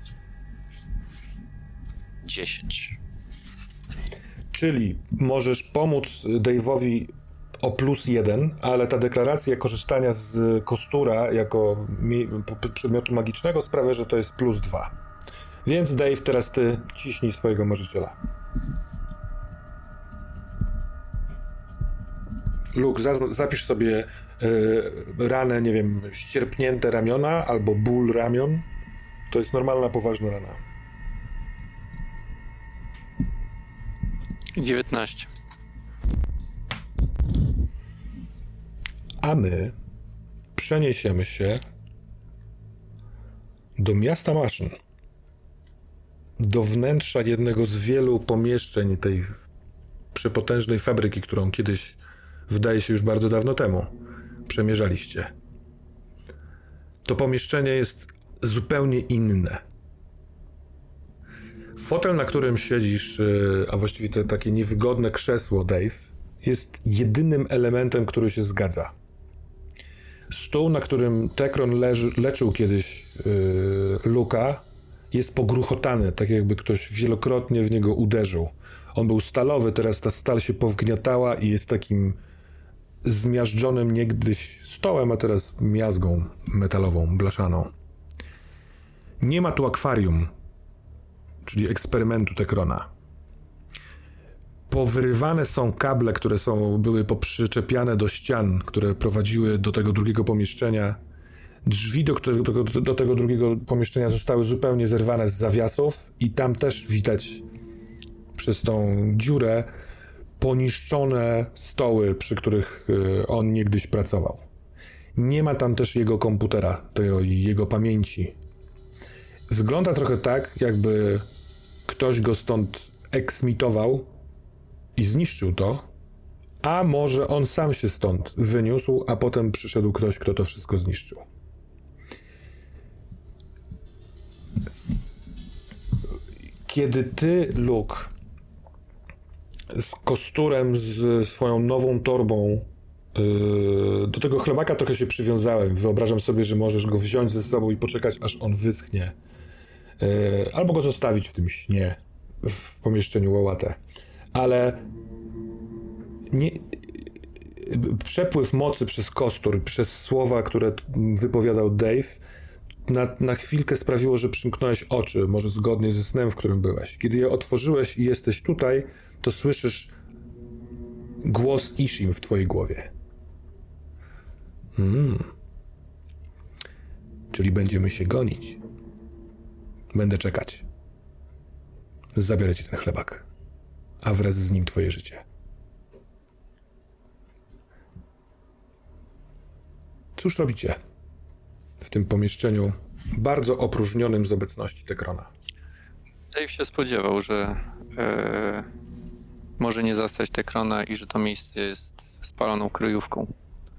10. Czyli możesz pomóc Dave'owi o +1, ale ta deklaracja korzystania z kostura jako przedmiotu magicznego sprawia, że to jest +2. Więc Dave, teraz ty ciśnij swojego marzyciela. Luke, zapisz sobie ranę, nie wiem, ścierpnięte ramiona albo ból ramion. To jest normalna, poważna rana. 19. A my przeniesiemy się do miasta maszyn. Do wnętrza jednego z wielu pomieszczeń tej przepotężnej fabryki, którą kiedyś, wydaje się już bardzo dawno temu, przemierzaliście. To pomieszczenie jest zupełnie inne. Fotel, na którym siedzisz, a właściwie to takie niewygodne krzesło, Dave, jest jedynym elementem, który się zgadza. Stół, na którym Tekron leczył kiedyś Luka, jest pogruchotany, tak jakby ktoś wielokrotnie w niego uderzył. On był stalowy, teraz ta stal się powgniatała i jest takim zmiażdżonym niegdyś stołem, a teraz miazgą metalową, blaszaną. Nie ma tu akwarium, czyli eksperymentu Tekrona. Powyrywane są kable, które były poprzyczepiane do ścian, które prowadziły do tego drugiego pomieszczenia. Drzwi do tego drugiego pomieszczenia zostały zupełnie zerwane z zawiasów i tam też widać przez tą dziurę poniszczone stoły, przy których on niegdyś pracował. Nie ma tam też jego komputera, jego pamięci. Wygląda trochę tak, jakby ktoś go stąd eksmitował i zniszczył to, a może on sam się stąd wyniósł, a potem przyszedł ktoś, kto to wszystko zniszczył. Kiedy ty, Luke, z kosturem, z swoją nową torbą, do tego chlebaka trochę się przywiązałem. Wyobrażam sobie, że możesz go wziąć ze sobą i poczekać, aż on wyschnie. Albo go zostawić w tym śnie, w pomieszczeniu Łałatę. Ale przepływ mocy przez kostur, przez słowa, które wypowiadał Dave, na chwilkę sprawiło, że przymknąłeś oczy, może zgodnie ze snem, w którym byłeś. Kiedy je otworzyłeś i jesteś tutaj, to słyszysz głos Ishim w twojej głowie. Czyli będziemy się gonić. Będę czekać. Zabiorę ci ten chlebak, a wraz z nim twoje życie. Cóż robicie w tym pomieszczeniu bardzo opróżnionym z obecności Tekrona? Dave się spodziewał, że może nie zastać Tekrona i że to miejsce jest spaloną kryjówką.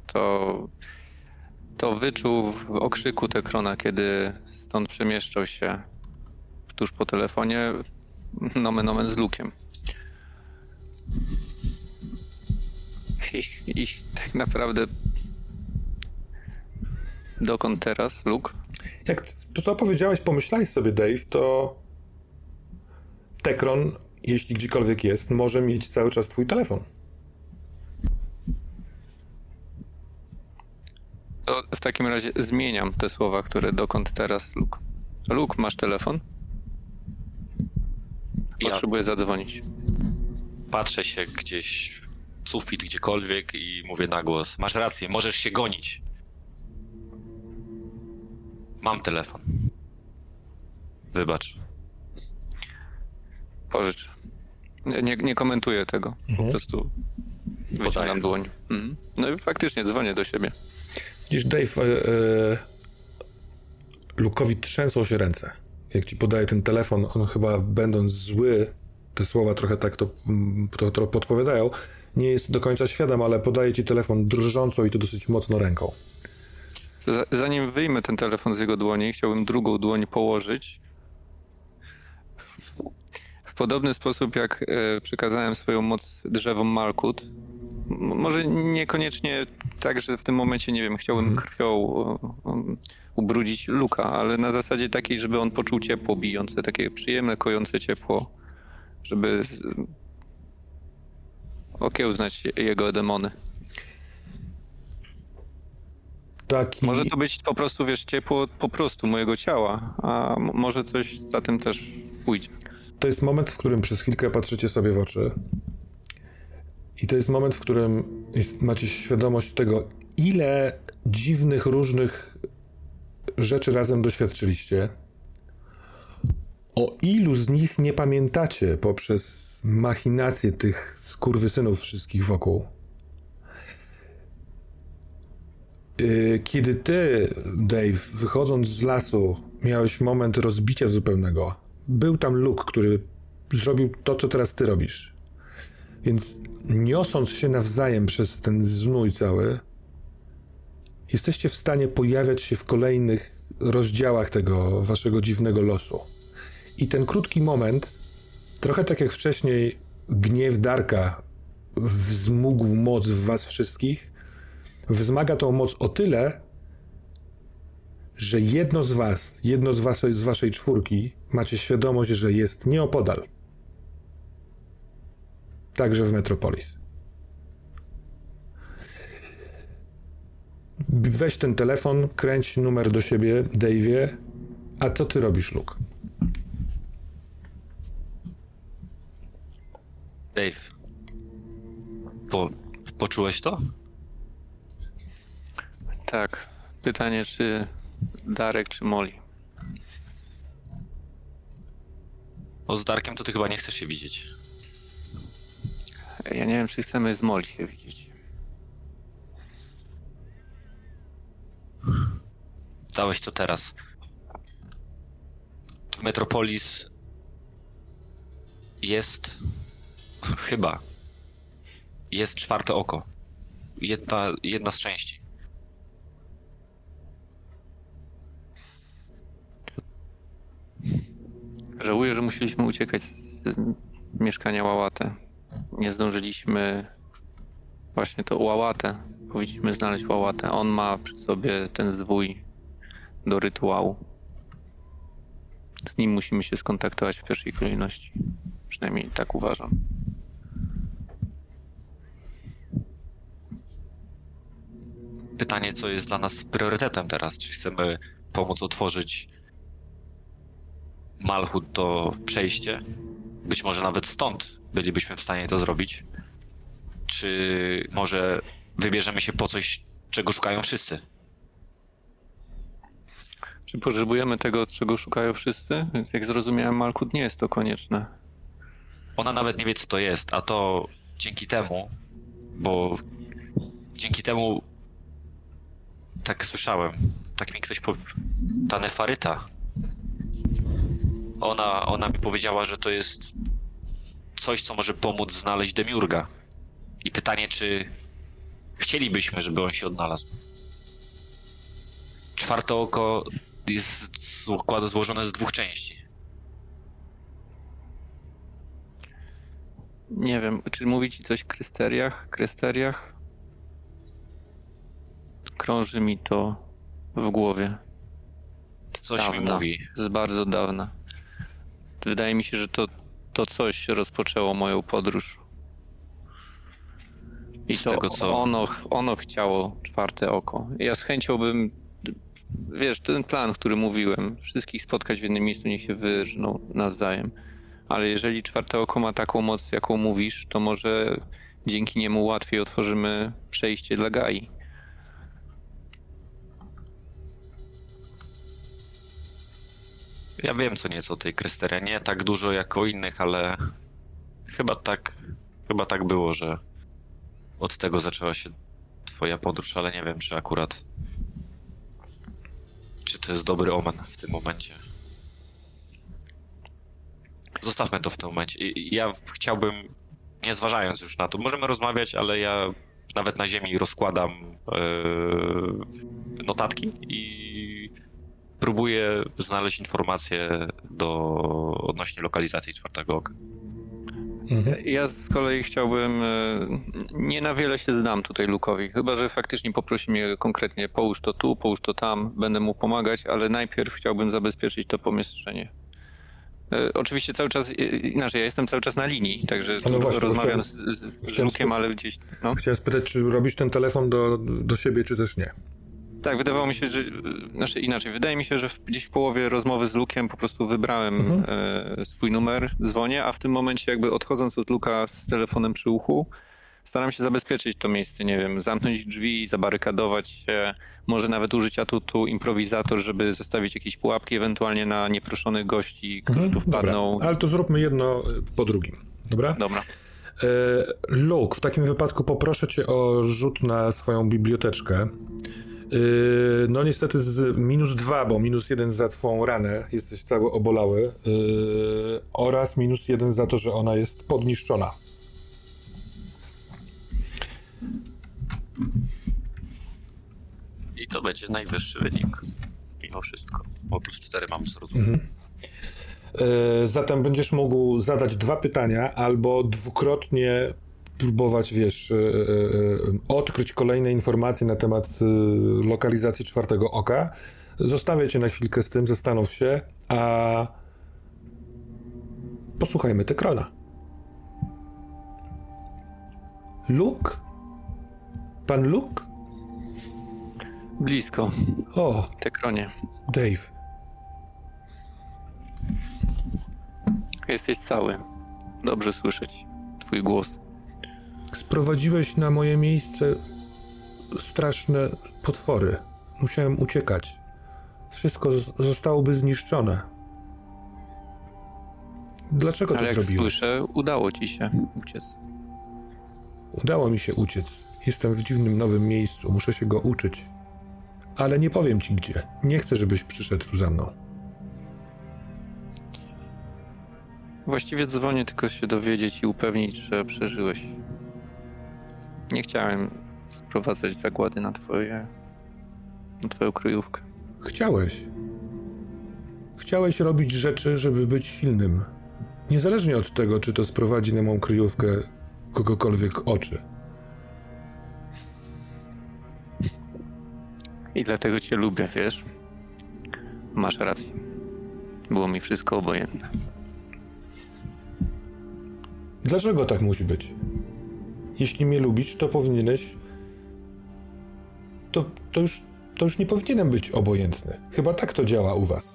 To wyczuł w okrzyku Tekrona, kiedy stąd przemieszczał się tuż po telefonie, nomen omen z Luke'iem. I tak naprawdę dokąd teraz, Luke? Jak to powiedziałeś, pomyślałeś sobie, Dave, to Tekron, jeśli gdziekolwiek jest, może mieć cały czas twój telefon. To w takim razie zmieniam te słowa, które dokąd teraz, Luke. Luke, masz telefon? Potrzebuję zadzwonić. Patrzę się gdzieś w sufit, gdziekolwiek i mówię na głos. Masz rację, możesz się gonić. Mam telefon. Wybacz. Pożycz. Nie komentuję tego. Po prostu wyciągam dłoń. No i faktycznie dzwonię do siebie. Widzisz, Dave, Luke'owi trzęsą się ręce. Jak ci podaje ten telefon, on chyba będąc zły, te słowa trochę tak to podpowiadają, nie jest do końca świadom, ale podaje ci telefon drżącą i to dosyć mocno ręką. Zanim wyjmę ten telefon z jego dłoni, chciałbym drugą dłoń położyć w podobny sposób, jak przekazałem swoją moc drzewom Malkut. Może niekoniecznie tak, że w tym momencie, nie wiem, chciałbym krwią ubrudzić Luke'a, ale na zasadzie takiej, żeby on poczuł ciepło bijące, takie przyjemne, kojące ciepło, żeby okiełznać jego demony. Może to być po prostu, wiesz, ciepło po prostu mojego ciała, a może coś za tym też pójdzie. To jest moment, w którym przez chwilkę patrzycie sobie w oczy i to jest moment, w którym macie świadomość tego, ile dziwnych, różnych rzeczy razem doświadczyliście. O ilu z nich nie pamiętacie poprzez machinacje tych skurwysynów wszystkich wokół. Kiedy ty, Dave, wychodząc z lasu, miałeś moment rozbicia zupełnego, był tam Luke, który zrobił to, co teraz ty robisz. Więc niosąc się nawzajem przez ten znój cały, jesteście w stanie pojawiać się w kolejnych rozdziałach tego waszego dziwnego losu. I ten krótki moment, trochę tak jak wcześniej gniew Darka wzmógł moc w was wszystkich, wzmaga tą moc o tyle, że jedno z waszej czwórki macie świadomość, że jest nieopodal. Także w Metropolis. Weź ten telefon, kręć numer do siebie, Dave'ie. A co ty robisz, Luke? Dave, poczułeś to? Tak. Pytanie, czy Darek, czy Molly? O, z Darkiem to ty chyba nie chcesz się widzieć. Ja nie wiem, czy chcemy z Molly się widzieć. Dałeś to teraz. W Metropolis jest... chyba. Jest czwarte oko. Jedna z części. Żałuję, że musieliśmy uciekać z mieszkania Łałatę. Nie zdążyliśmy... Właśnie to Łałatę. Powinniśmy znaleźć Łałatę. On ma przy sobie ten zwój do rytuału. Z nim musimy się skontaktować w pierwszej kolejności. Przynajmniej tak uważam. Pytanie, co jest dla nas priorytetem teraz? Czy chcemy pomóc otworzyć Malchut to przejście? Być może nawet stąd bylibyśmy w stanie to zrobić. Czy może wybierzemy się po coś, czego szukają wszyscy? Czy potrzebujemy tego, czego szukają wszyscy? Więc jak zrozumiałem, Malchut nie jest to konieczne. Ona nawet nie wie, co to jest, a to dzięki temu, bo dzięki temu tak słyszałem, tak mi ktoś ta Nefaryta. Ona mi powiedziała, że to jest coś, co może pomóc znaleźć Demiurga. I pytanie, czy chcielibyśmy, żeby on się odnalazł. Czwarte oko jest złożone z 2 części. Nie wiem, czy mówi ci coś Krysteriach? Krąży mi to w głowie. Coś mi mówi. Z bardzo dawna. Wydaje mi się, że to coś rozpoczęło moją podróż. I Z to tego, co... ono chciało czwarte oko. Ja z chęcią bym, wiesz, ten plan, który mówiłem, wszystkich spotkać w jednym miejscu, niech się wyżną nawzajem. Ale jeżeli czwarte oko ma taką moc, jaką mówisz, to może dzięki niemu łatwiej otworzymy przejście dla Gai. Ja wiem co nieco o tej Krysterii, nie tak dużo jak o innych, ale chyba tak było, że od tego zaczęła się twoja podróż, ale nie wiem, czy to jest dobry omen w tym momencie. Zostawmy to w tym momencie. Ja chciałbym, nie zważając już na to, możemy rozmawiać, ale ja nawet na ziemi rozkładam notatki i próbuję znaleźć informacje odnośnie lokalizacji czwartego oka. Ja z kolei chciałbym, nie na wiele się znam tutaj Luke'owi, chyba że faktycznie poprosi mnie konkretnie, połóż to tu, połóż to tam, będę mu pomagać, ale najpierw chciałbym zabezpieczyć to pomieszczenie. Oczywiście cały czas, inaczej, ja jestem cały czas na linii, także no właśnie, rozmawiam z Luke'em, ale gdzieś... No. Chciałem spytać, czy robisz ten telefon do siebie, czy też nie? Tak, wydawało mi się, że... Znaczy inaczej, wydaje mi się, że gdzieś w połowie rozmowy z Luke'em po prostu wybrałem swój numer, dzwonię, a w tym momencie jakby odchodząc od Luke'a z telefonem przy uchu, staram się zabezpieczyć to miejsce, nie wiem, zamknąć drzwi, zabarykadować się, może nawet użyć atutu improwizator, żeby zostawić jakieś pułapki ewentualnie na nieproszonych gości, którzy tu wpadną. Dobra, ale to zróbmy jedno po drugim, dobra? Dobra. Luke, w takim wypadku poproszę cię o rzut na swoją biblioteczkę. No niestety z -2, bo -1 za twą ranę, jesteś cały obolały, oraz -1 za to, że ona jest podniszczona. I to będzie najwyższy wynik. Mimo wszystko. Bo plus 4 mam zrozumieć. Zatem będziesz mógł zadać 2 pytania albo dwukrotnie próbować, odkryć kolejne informacje na temat lokalizacji czwartego oka. Zostawię cię na chwilkę z tym, zastanów się, a posłuchajmy Tekrona. Luke? Pan Luke? Blisko. O, Tekronie. Dave. Jesteś cały. Dobrze słyszeć twój głos. Sprowadziłeś na moje miejsce straszne potwory. Musiałem uciekać. Wszystko zostałoby zniszczone. Dlaczego Ale to jak zrobiłeś? słyszę, udało ci się uciec. Udało mi się uciec. Jestem w dziwnym nowym miejscu. Muszę się go uczyć. Ale nie powiem ci gdzie. Nie chcę, żebyś przyszedł tu za mną. Właściwie dzwonię tylko się dowiedzieć i upewnić, że przeżyłeś. Nie chciałem sprowadzać zagłady na twoją kryjówkę. Chciałeś. Chciałeś robić rzeczy, żeby być silnym. Niezależnie od tego, czy to sprowadzi na mą kryjówkę kogokolwiek oczy. I dlatego cię lubię, wiesz? Masz rację. Było mi wszystko obojętne. Dlaczego tak musi być? Jeśli mnie lubisz, to powinieneś... To już nie powinienem być obojętny. Chyba tak to działa u was.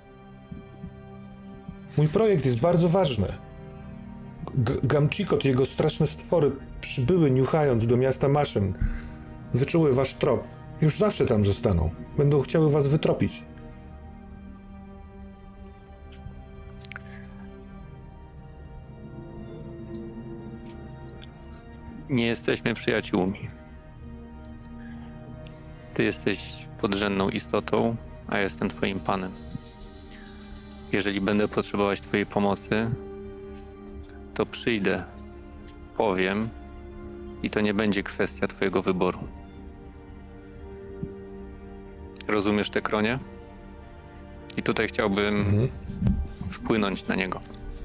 Mój projekt jest bardzo ważny. Gamchikot i jego straszne stwory przybyły niuchając do miasta maszyn. Wyczuły wasz trop. Już zawsze tam zostaną. Będą chciały was wytropić. Nie jesteśmy przyjaciółmi. Ty jesteś podrzędną istotą, a ja jestem twoim panem. Jeżeli będę potrzebować twojej pomocy, to przyjdę, powiem i to nie będzie kwestia twojego wyboru. Rozumiesz Tekronie? I tutaj chciałbym wpłynąć na niego.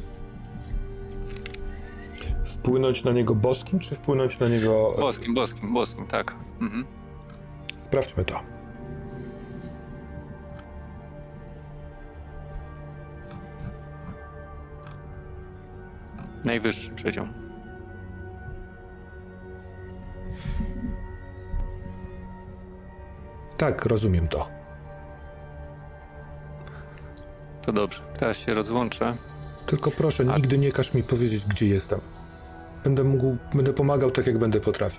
Wpłynąć na niego boskim, czy wpłynąć na niego... Boskim, tak. Mhm. Sprawdźmy to. Najwyższy przedział. Tak, rozumiem to. To dobrze. Teraz się rozłączę. Tylko proszę, nigdy nie każ mi powiedzieć, gdzie jestem. Będę pomagał tak, jak będę potrafił.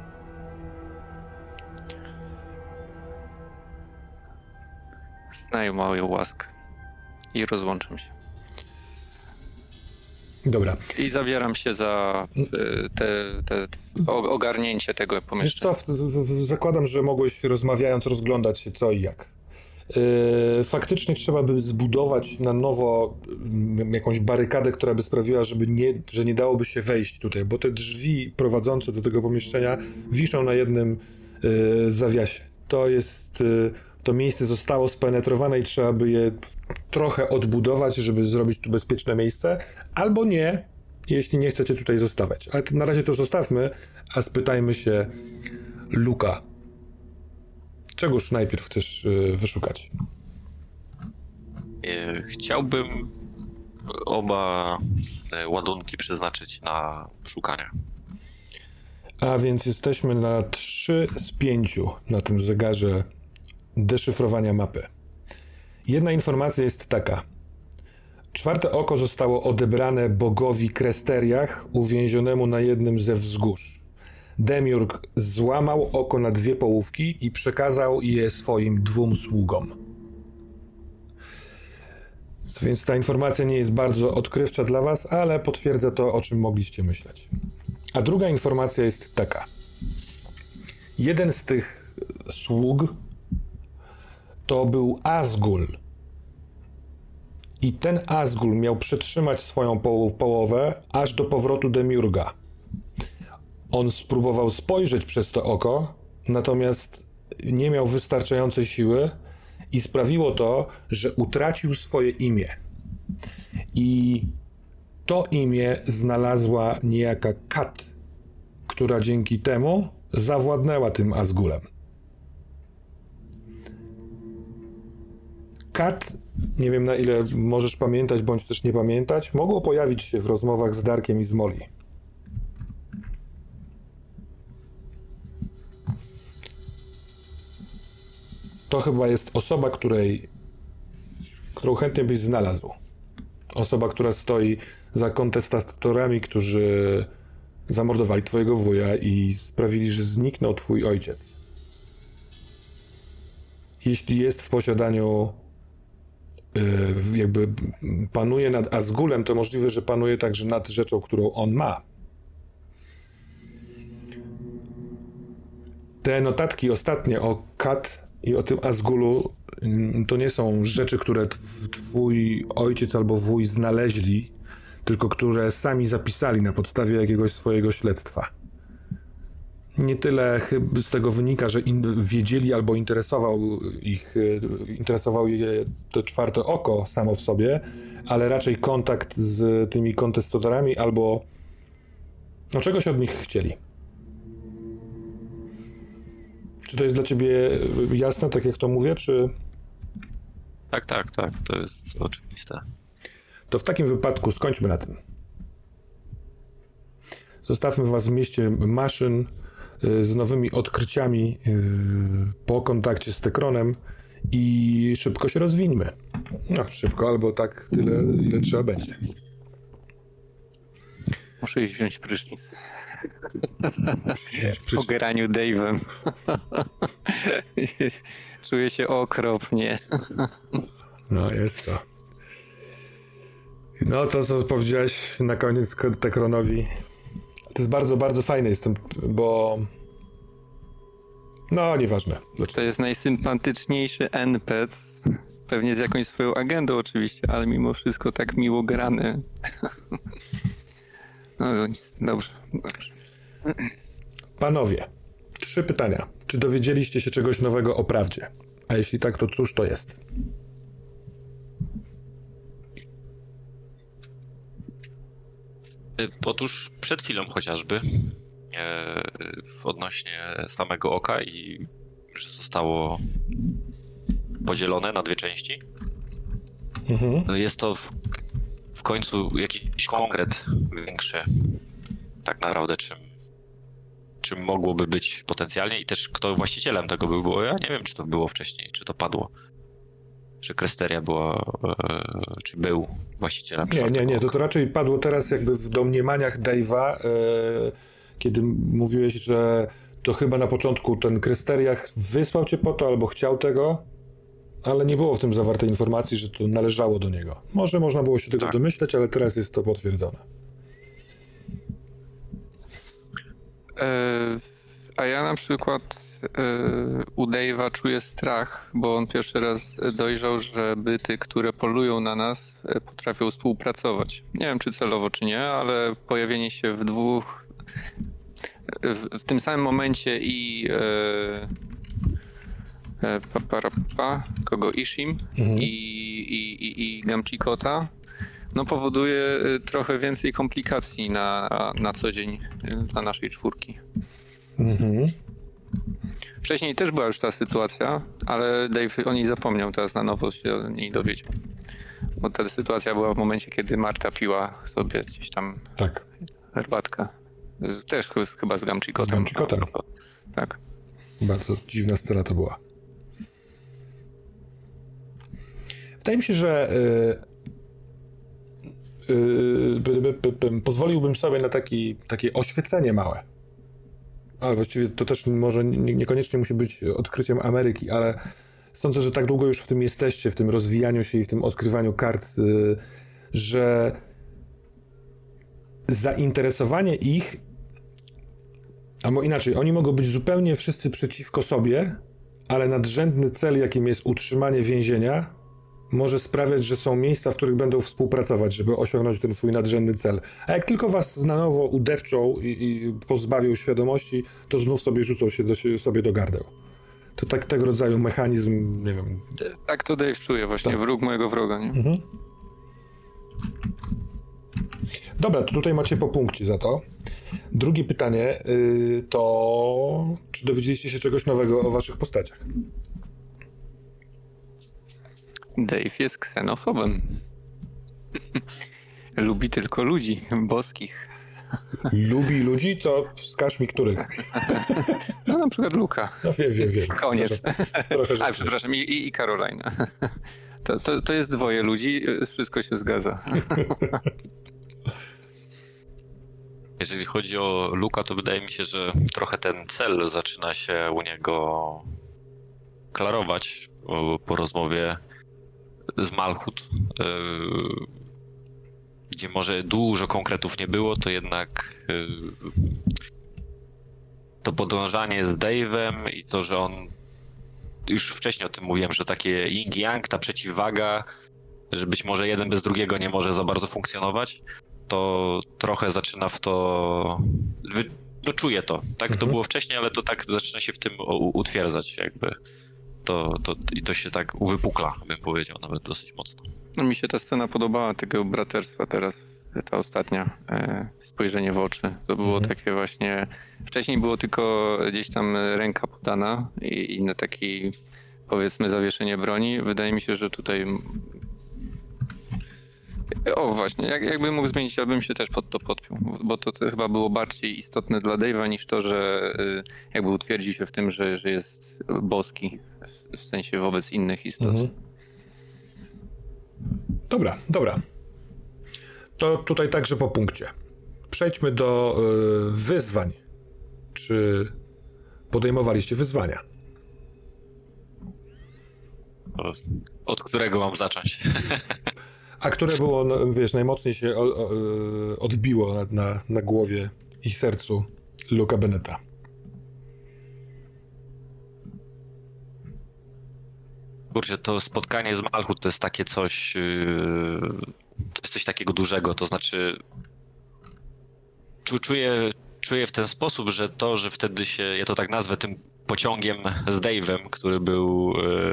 Znaję moją łaskę. I rozłączam się. Dobra. I zabieram się za ogarnięcie tego Wiesz pomieszczenia. co, zakładam, że mogłeś rozmawiając rozglądać się co i jak. Faktycznie trzeba by zbudować na nowo jakąś barykadę, która by sprawiła, że nie dałoby się wejść tutaj, bo te drzwi prowadzące do tego pomieszczenia wiszą na jednym zawiasie. To miejsce zostało spenetrowane i trzeba by je trochę odbudować, żeby zrobić tu bezpieczne miejsce, albo nie, jeśli nie chcecie tutaj zostawać. Ale na razie to zostawmy, a spytajmy się Luka. Czegoż najpierw chcesz wyszukać? Chciałbym oba ładunki przeznaczyć na szukanie. A więc jesteśmy na 3 z 5 na tym zegarze deszyfrowania mapy. Jedna informacja jest taka. Czwarte oko zostało odebrane bogowi Kresteriach, uwięzionemu na jednym ze wzgórz. Demiurg złamał oko na 2 połówki i przekazał je swoim 2 sługom. Więc ta informacja nie jest bardzo odkrywcza dla was, ale potwierdza to, o czym mogliście myśleć. A druga informacja jest taka. Jeden z tych sług to był Azgul. I ten Azgul miał przetrzymać swoją połowę aż do powrotu Demiurga. On spróbował spojrzeć przez to oko, natomiast nie miał wystarczającej siły i sprawiło to, że utracił swoje imię. I to imię znalazła niejaka Kat, która dzięki temu zawładnęła tym Azgulem. Kat, nie wiem na ile możesz pamiętać, bądź też nie pamiętać, mogło pojawić się w rozmowach z Darkiem i z Molly. To chyba jest osoba, którą chętnie byś znalazł. Osoba, która stoi za kontestatorami, którzy zamordowali twojego wuja i sprawili, że zniknął twój ojciec. Jeśli jest w posiadaniu, jakby panuje nad Azgulem, to możliwe, że panuje także nad rzeczą, którą on ma. Te notatki ostatnie o Kat i o tym Azgulu to nie są rzeczy, które twój ojciec albo wuj znaleźli, tylko które sami zapisali na podstawie jakiegoś swojego śledztwa. Nie tyle chyba z tego wynika, że wiedzieli albo interesowało je to czwarte oko samo w sobie, ale raczej kontakt z tymi kontestatorami albo czegoś od nich chcieli. Czy to jest dla ciebie jasne, tak jak to mówię, czy... Tak, to jest oczywiste. To w takim wypadku skończmy na tym. Zostawmy was w mieście maszyn z nowymi odkryciami po kontakcie z Tekronem i szybko się rozwińmy. Szybko, albo tak tyle, ile trzeba będzie. Muszę iść wziąć prysznic. Po graniu Dave'em. Czuję się okropnie. No, jest to. No, to co powiedziałeś na koniec Tekronowi, to jest bardzo, bardzo fajne jestem, bo... No, nieważne. To jest najsympatyczniejszy NPC, pewnie z jakąś swoją agendą oczywiście, ale mimo wszystko tak miło grany. No nic, dobrze. Panowie, 3 pytania. Czy dowiedzieliście się czegoś nowego o prawdzie? A jeśli tak, to cóż to jest? Otóż przed chwilą chociażby odnośnie samego oka i że zostało podzielone na 2 części. Jest to w końcu jakiś konkret większy tak naprawdę, czym mogłoby być potencjalnie i też kto właścicielem tego był, bo ja nie wiem, czy to było wcześniej, czy to padło. Czy Krysteria była, czy był właścicielem? Nie, to raczej padło teraz jakby w domniemaniach Dave'a, kiedy mówiłeś, że to chyba na początku ten Krysteria wysłał cię po to, albo chciał tego, ale nie było w tym zawartej informacji, że to należało do niego. Może można było się tego domyśleć, ale teraz jest to potwierdzone. A ja na przykład u Dave'a czuję strach, bo on pierwszy raz dojrzał, że byty, które polują na nas, potrafią współpracować. Nie wiem, czy celowo, czy nie, ale pojawienie się w tym samym momencie i Ishim i Gamchikota powoduje trochę więcej komplikacji na co dzień dla naszej czwórki. Wcześniej też była już ta sytuacja, ale Dave o niej zapomniał, teraz na nowo się o niej dowiedział. Bo ta sytuacja była w momencie, kiedy Marta piła sobie gdzieś tam herbatkę. Też chyba z Gamchikotem. Z Gamchikotem. Tak. Bardzo dziwna scena to była. Wydaje mi się, że pozwoliłbym sobie na takie oświecenie małe. Ale właściwie to też może niekoniecznie musi być odkryciem Ameryki, ale sądzę, że tak długo już w tym jesteście, w tym rozwijaniu się i w tym odkrywaniu kart, że zainteresowanie ich, albo inaczej, oni mogą być zupełnie wszyscy przeciwko sobie, ale nadrzędny cel, jakim jest utrzymanie więzienia, może sprawiać, że są miejsca, w których będą współpracować, żeby osiągnąć ten swój nadrzędny cel. A jak tylko was na nowo uderczą i pozbawią świadomości, to znów sobie rzucą się sobie do gardeł. To tak tego rodzaju mechanizm, nie wiem. Tak to Dave czuje właśnie, tak. Wróg mojego wroga, nie? Mhm. Dobra, to tutaj macie po punkcie za to. Drugie pytanie to, czy dowiedzieliście się czegoś nowego o waszych postaciach? Dave jest ksenofobem. Lubi tylko ludzi boskich. Lubi ludzi? To wskaż mi których. No na przykład Luka. No wiem. Koniec. Trochę przepraszam, i Carolina. To jest dwoje ludzi, wszystko się zgadza. Jeżeli chodzi o Luka, to wydaje mi się, że trochę ten cel zaczyna się u niego klarować po rozmowie z Malchut, gdzie może dużo konkretów nie było, to jednak to podążanie z Dave'em i to, że on, już wcześniej o tym mówiłem, że takie yin-yang, ta przeciwwaga, że być może jeden bez drugiego nie może za bardzo funkcjonować, to trochę zaczyna w to, no czuję to, tak? To było wcześniej, ale to tak zaczyna się w tym utwierdzać jakby. I to się tak uwypukla, bym powiedział, nawet dosyć mocno. No, mi się ta scena podobała, tego braterstwa teraz, ta ostatnia, spojrzenie w oczy. To było takie właśnie, wcześniej było tylko gdzieś tam ręka podana i inne taki, powiedzmy, zawieszenie broni. Wydaje mi się, że tutaj... O właśnie, jakbym mógł zmienić, ja bym się też pod to podpiął, bo to chyba było bardziej istotne dla Dave'a niż to, że jakby utwierdził się w tym, że jest boski, w sensie wobec innych istot. Dobra. To tutaj także po punkcie. Przejdźmy do wyzwań. Czy podejmowaliście wyzwania? Od którego mam zacząć? A które było, najmocniej się odbiło na głowie i sercu Luka Beneta? Kurczę, to spotkanie z Malchut to jest takie coś, to jest coś takiego dużego, to znaczy czuję w ten sposób, że to, że wtedy się, ja to tak nazwę, tym pociągiem z Dave'em, który był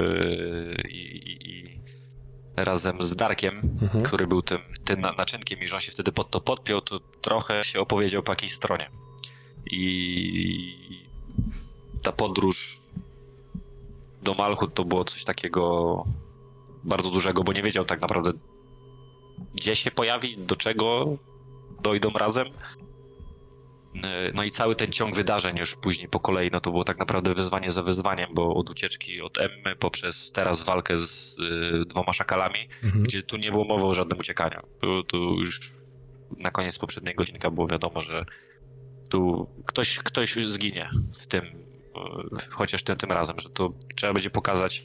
i razem z Darkiem, który był tym naczynkiem i że on się wtedy pod to podpiął, to trochę się opowiedział po jakiejś stronie. I ta podróż do Malchut to było coś takiego bardzo dużego, bo nie wiedział tak naprawdę, gdzie się pojawi, do czego dojdą razem. No i cały ten ciąg wydarzeń już później po kolei, no to było tak naprawdę wyzwanie za wyzwaniem, bo od ucieczki od Emmy poprzez teraz walkę z dwoma szakalami, gdzie tu nie było mowy o żadnym uciekaniu. Tu już na koniec poprzedniego odcinka było wiadomo, że tu ktoś zginie w tym, chociaż tym razem, że to trzeba będzie pokazać,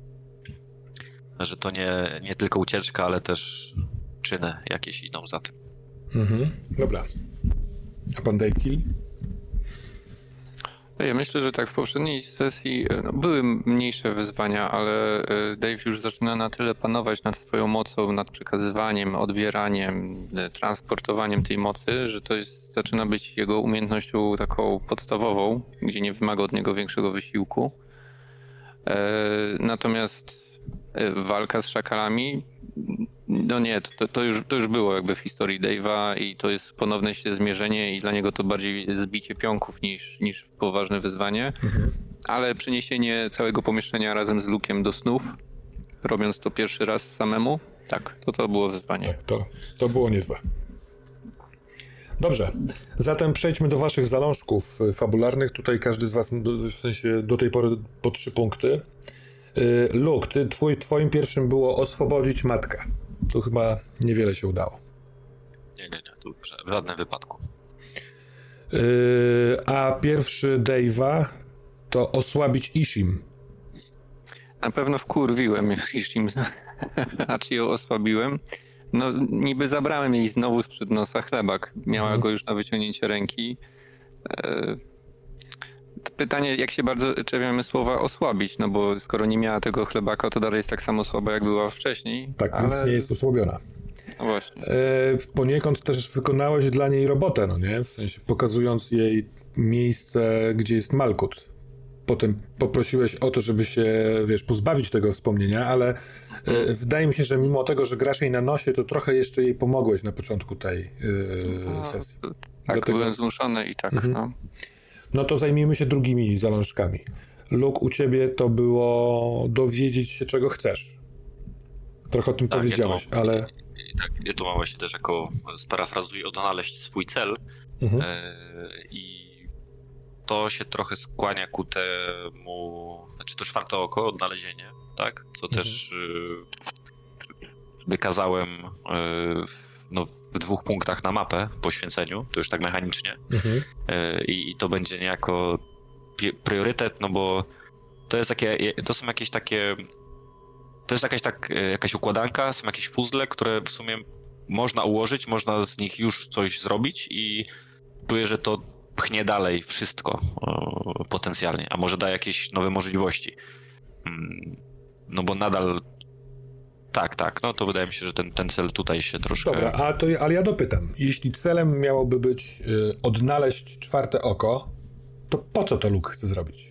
że to nie tylko ucieczka, ale też czyny jakieś idą za tym. Dobra. A pan Dave Kill? Ja myślę, że tak w poprzedniej sesji były mniejsze wyzwania, ale Dave już zaczyna na tyle panować nad swoją mocą, nad przekazywaniem, odbieraniem, transportowaniem tej mocy, że to zaczyna być jego umiejętnością taką podstawową, gdzie nie wymaga od niego większego wysiłku. Natomiast walka z szakalami, no nie, to już było jakby w historii Dave'a i to jest ponowne się zmierzenie i dla niego to bardziej zbicie pionków niż poważne wyzwanie, ale przeniesienie całego pomieszczenia razem z Luke'em do snów, robiąc to pierwszy raz samemu, tak, to było wyzwanie. Tak, to było niezłe. Dobrze, zatem przejdźmy do waszych zalążków fabularnych. Tutaj każdy z was, w sensie do tej pory po 3 punkty. Luke, twoim pierwszym było oswobodzić matkę. To chyba niewiele się udało. Nie, tu w żadnym wypadku. A pierwszy Dave'a to osłabić Ishim. Na pewno wkurwiłem Ishim, a czy ją osłabiłem? No niby zabrałem jej znowu sprzed nosa chlebak. Miała go już na wyciągnięcie ręki. Pytanie, jak się bardzo czepiamy słowa osłabić, no bo skoro nie miała tego chlebaka, to dalej jest tak samo słaba, jak była wcześniej. Tak, ale... więc nie jest osłabiona. No właśnie. Poniekąd też wykonałeś dla niej robotę, no nie? W sensie pokazując jej miejsce, gdzie jest Malkut. potem poprosiłeś o to, żeby się, pozbawić tego wspomnienia, ale wydaje mi się, że mimo tego, że grasz jej na nosie, to trochę jeszcze jej pomogłeś na początku tej sesji. Tak, Dlatego... byłem zmuszony i tak, No to zajmijmy się drugimi zalążkami. Luke, u ciebie to było dowiedzieć się, czego chcesz. Trochę o tym powiedziałeś, ale... Ja to mam właśnie też jako, sparafrazuję, odnaleźć swój cel i to się trochę skłania ku temu, znaczy to czwarte oko, odnalezienie, tak? Co też wykazałem w 2 punktach na mapę w poświęceniu, to już tak mechanicznie. I to będzie niejako priorytet, no bo to jest jakaś układanka, są jakieś puzzle, które w sumie można ułożyć, można z nich już coś zrobić i czuję, że to pchnie dalej wszystko potencjalnie, a może da jakieś nowe możliwości. No bo nadal tak, no to wydaje mi się, że ten cel tutaj się troszkę... Dobra, ale ja dopytam. Jeśli celem miałoby być odnaleźć czwarte oko, to po co to Luke chce zrobić?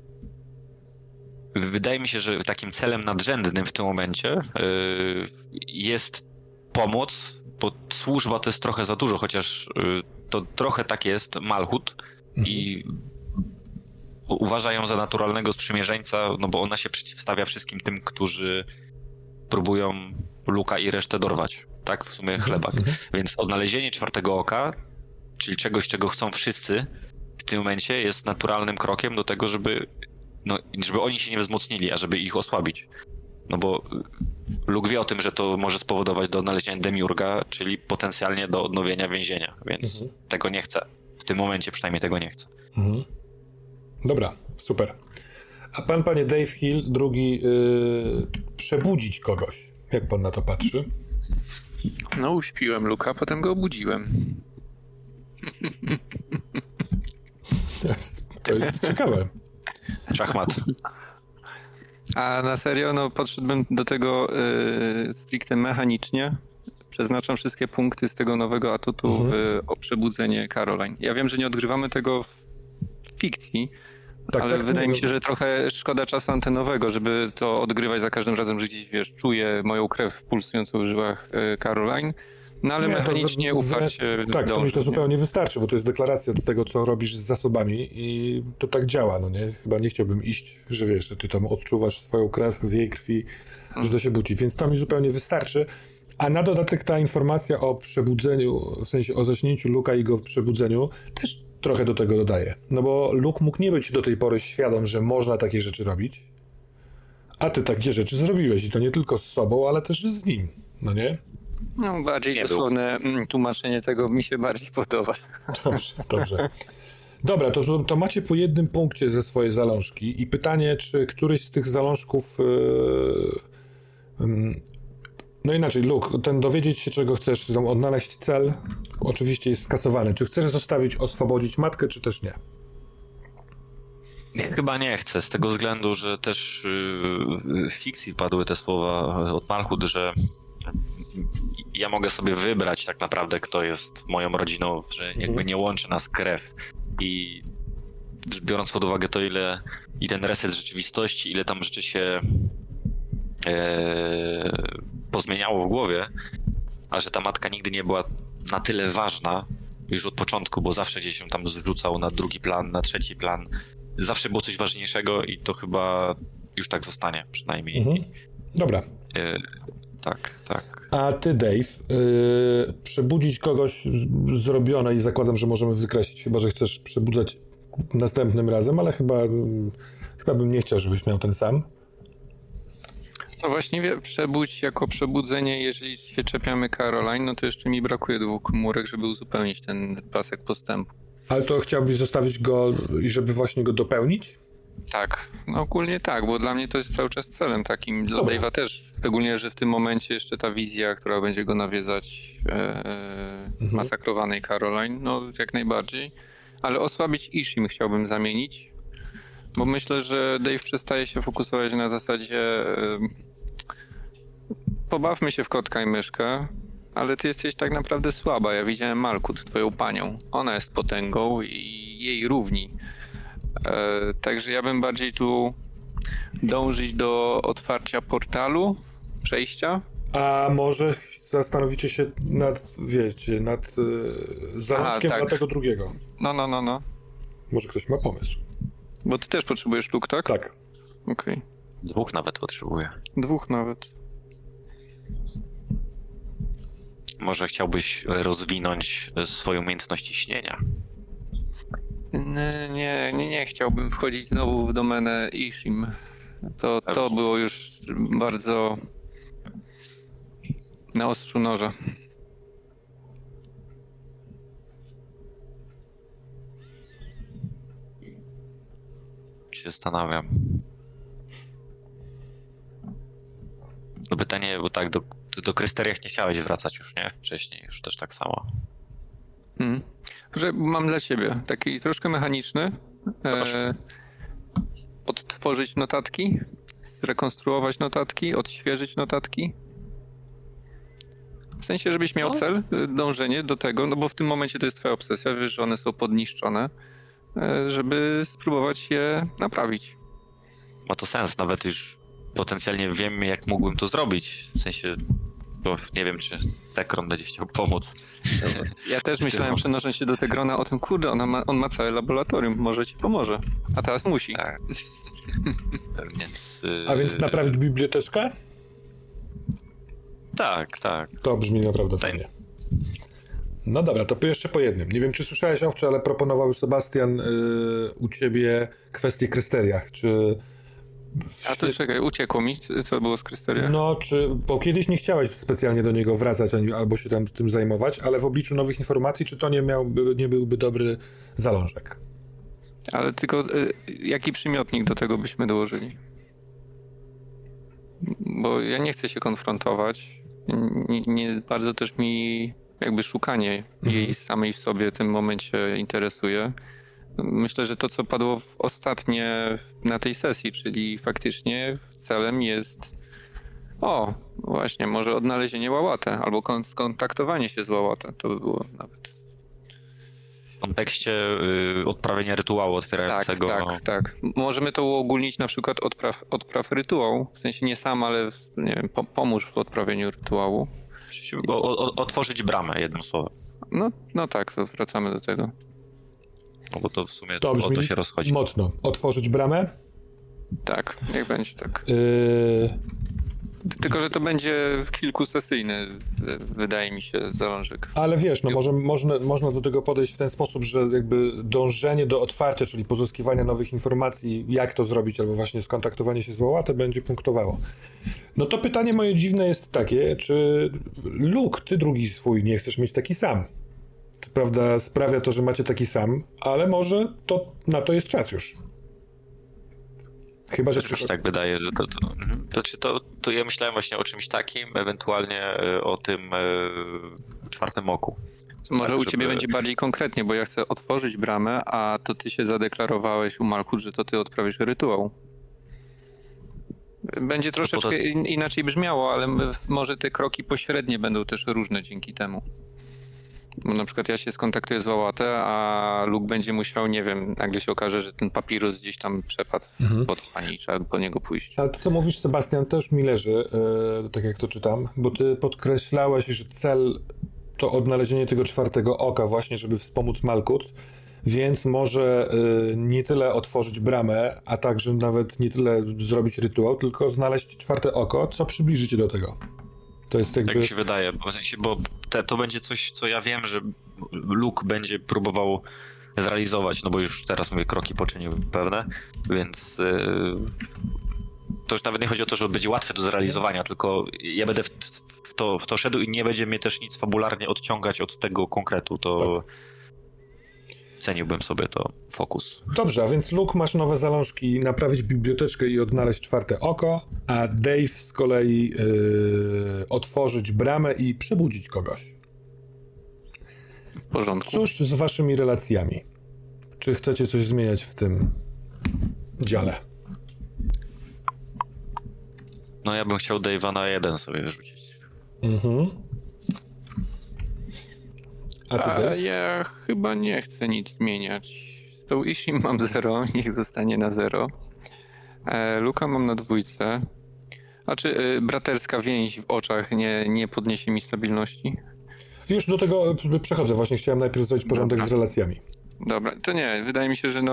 Wydaje mi się, że takim celem nadrzędnym w tym momencie jest pomoc, bo służba to jest trochę za dużo, chociaż to trochę tak jest, Malchut i uważa ją za naturalnego sprzymierzeńca, no bo ona się przeciwstawia wszystkim tym, którzy próbują Luka i resztę dorwać, tak? W sumie chlebak. Więc odnalezienie czwartego oka, czyli czegoś, czego chcą wszyscy w tym momencie, jest naturalnym krokiem do tego, żeby oni się nie wzmocnili, a żeby ich osłabić. No bo Luke wie o tym, że to może spowodować do odnalezienia Demiurga, czyli potencjalnie do odnowienia więzienia, więc tego nie chce. W tym momencie przynajmniej tego nie chce. Dobra, super. A panie Dave Hill, drugi, przebudzić kogoś. Jak pan na to patrzy? No, uśpiłem Luka, potem go obudziłem. To jest ciekawe. Szachmat. A na serio, no podszedłbym do tego stricte mechanicznie. Przeznaczam wszystkie punkty z tego nowego atutu o przebudzenie Caroline. Ja wiem, że nie odgrywamy tego w fikcji, ale wydaje mi się, że trochę szkoda czasu antenowego, żeby to odgrywać za każdym razem, że gdzieś, czuję moją krew pulsującą w żyłach Caroline. No ale mechanicznie uparcie tak, to mi to zupełnie wystarczy, bo to jest deklaracja do tego, co robisz z zasobami i to tak działa, no nie? Chyba nie chciałbym iść, że że ty tam odczuwasz swoją krew w jej krwi, że to się budzi, więc to mi zupełnie wystarczy. A na dodatek ta informacja o przebudzeniu, w sensie o zaśnięciu Luka i jego przebudzeniu też trochę do tego dodaje. No bo Luke mógł nie być do tej pory świadom, że można takie rzeczy robić, a ty takie rzeczy zrobiłeś i to nie tylko z sobą, ale też z nim, no nie? No, bardziej dosłowne tłumaczenie tego mi się bardziej podoba. Dobrze. Dobra, to macie po jednym punkcie ze swojej zalążki i pytanie, czy któryś z tych zalążków... No inaczej, Luke, dowiedzieć się, czego chcesz, odnaleźć cel, oczywiście jest skasowany. Czy chcesz zostawić, oswobodzić matkę, czy też nie? Chyba nie chcę, z tego względu, że też w fikcji padły te słowa od Malchut, że ja mogę sobie wybrać tak naprawdę, kto jest moją rodziną, że jakby nie łączy nas krew. I biorąc pod uwagę to, i ten reset rzeczywistości, ile tam rzeczy się pozmieniało w głowie, a że ta matka nigdy nie była na tyle ważna już od początku, bo zawsze gdzieś się tam zrzucał na drugi plan, na trzeci plan. Zawsze było coś ważniejszego i to chyba już tak zostanie przynajmniej. Dobra. Tak. A ty, Dave, przebudzić kogoś zrobione i zakładam, że możemy wykreślić, chyba że chcesz przebudzać następnym razem, ale chyba bym nie chciał, żebyś miał ten sam. No właśnie, przebudź jako przebudzenie, jeżeli się czepiamy Caroline, no to jeszcze mi brakuje 2 komórek, żeby uzupełnić ten pasek postępu. Ale to chciałbyś zostawić go i żeby właśnie go dopełnić? Tak, no ogólnie tak, bo dla mnie to jest cały czas celem takim, dla Dave'a też, szczególnie, że w tym momencie jeszcze ta wizja, która będzie go nawiedzać zmasakrowanej Caroline, no jak najbardziej, ale osłabić Ishim chciałbym zamienić, bo myślę, że Dave przestaje się fokusować na zasadzie pobawmy się w kotka i myszkę, ale ty jesteś tak naprawdę słaba, ja widziałem Malkut, twoją panią, ona jest potęgą i jej równi. Także ja bym bardziej tu dążyć do otwarcia portalu, przejścia. A może zastanowicie się nad, wiecie, nad zalążkiem tak. dla tego drugiego. No. Może ktoś ma pomysł. Bo ty też potrzebujesz luk, tak? Tak. Okej. 2 nawet potrzebuję. 2 nawet. Może chciałbyś rozwinąć swoją umiejętność śnienia? Nie chciałbym wchodzić znowu w domenę Ishim. To było już bardzo na ostrzu noża. Się zastanawiam. To pytanie, bo tak, do Krysteriach nie chciałeś wracać już, nie? Wcześniej już też tak samo. Że mam dla ciebie taki troszkę mechaniczny. Odtworzyć notatki, zrekonstruować notatki, odświeżyć notatki. W sensie, żebyś miał cel, dążenie do tego, no bo w tym momencie to jest twoja obsesja, wiesz, że one są podniszczone, żeby spróbować je naprawić. Ma to sens, nawet już potencjalnie wiem, jak mógłbym to zrobić. W sensie, bo nie wiem, czy Tekron będzie chciał pomóc. Ja też myślałem, przenosząc się do Tegrona, o tym, kurde, on ma całe laboratorium, może ci pomoże. A teraz musi. Tak. Więc, A więc naprawić biblioteczkę? Tak. To brzmi naprawdę fajnie. No dobra, to jeszcze po jednym. Nie wiem, czy słyszałeś, Owcze, ale proponował Sebastian u ciebie kwestię Krysteriach. Czy... A to czekaj, uciekło mi, co było z Krysteriach? No, bo kiedyś nie chciałeś specjalnie do niego wracać albo się tam tym zajmować, ale w obliczu nowych informacji, czy to nie byłby dobry zalążek? Ale tylko jaki przymiotnik do tego byśmy dołożyli? Bo ja nie chcę się konfrontować. Nie bardzo też mi jakby szukanie jej samej w sobie w tym momencie interesuje. Myślę, że to, co padło ostatnie na tej sesji, czyli faktycznie celem jest właśnie, może odnalezienie Łałatę albo skontaktowanie się z Łałatę. To by było nawet... W kontekście odprawienia rytuału otwierającego... Tak. Możemy to uogólnić na przykład odpraw rytuału. W sensie nie sam, ale nie wiem, pomóż w odprawieniu rytuału. Otworzyć bramę, jednym słowem. No tak, to wracamy do tego. No bo to w sumie to o to się rozchodzi. Mocno. Otworzyć bramę? Tak, niech będzie tak. Tylko, że to będzie kilkusesyjny, wydaje mi się, zalążek. Ale wiesz, no można do tego podejść w ten sposób, że jakby dążenie do otwarcia, czyli pozyskiwania nowych informacji, jak to zrobić, albo właśnie skontaktowanie się z Łałatą będzie punktowało. No to pytanie moje dziwne jest takie, czy Luke, ty drugi swój nie chcesz mieć taki sam? To prawda sprawia to, że macie taki sam, ale może na to jest czas już. Chyba, że mi się tak wydaje, że to ja myślałem właśnie o czymś takim, ewentualnie o tym czwartym oku. Może u ciebie będzie bardziej konkretnie, bo ja chcę otworzyć bramę, a to ty się zadeklarowałeś u Malkut, że to ty odprawisz rytuał. Będzie troszeczkę inaczej brzmiało, ale może te kroki pośrednie będą też różne dzięki temu. Bo na przykład ja się skontaktuję z Łałatę, a Luke będzie musiał, nie wiem, nagle się okaże, że ten papirus gdzieś tam przepadł pod pani i trzeba po niego pójść. Ale to, co mówisz, Sebastian, też mi leży, tak jak to czytam, bo ty podkreślałeś, że cel to odnalezienie tego czwartego oka właśnie, żeby wspomóc Malkut, więc może nie tyle otworzyć bramę, a także nawet nie tyle zrobić rytuał, tylko znaleźć czwarte oko, co przybliży cię do tego. To jest jakby... Tak mi się wydaje, bo to będzie coś, co ja wiem, że Luke będzie próbował zrealizować, no bo już teraz mówię, kroki poczynił pewne, więc to już nawet nie chodzi o to, że będzie łatwe do zrealizowania, tylko ja będę w to szedł i nie będzie mnie też nic fabularnie odciągać od tego konkretu, to ceniłbym sobie to fokus. Dobrze, a więc Luke, masz nowe zalążki, naprawić biblioteczkę i odnaleźć czwarte oko, a Dave z kolei otworzyć bramę i przebudzić kogoś. W porządku. Cóż z waszymi relacjami? Czy chcecie coś zmieniać w tym dziale? No ja bym chciał Dave'a na 1 sobie wyrzucić. A ty, Dave? Ja chyba nie chcę nic zmieniać. To Ishim mam 0, niech zostanie na 0. Luka mam na 2. A czy braterska więź w oczach nie podniesie mi stabilności? Już do tego przechodzę, właśnie chciałem najpierw zrobić porządek z relacjami. Dobra, to nie, wydaje mi się, że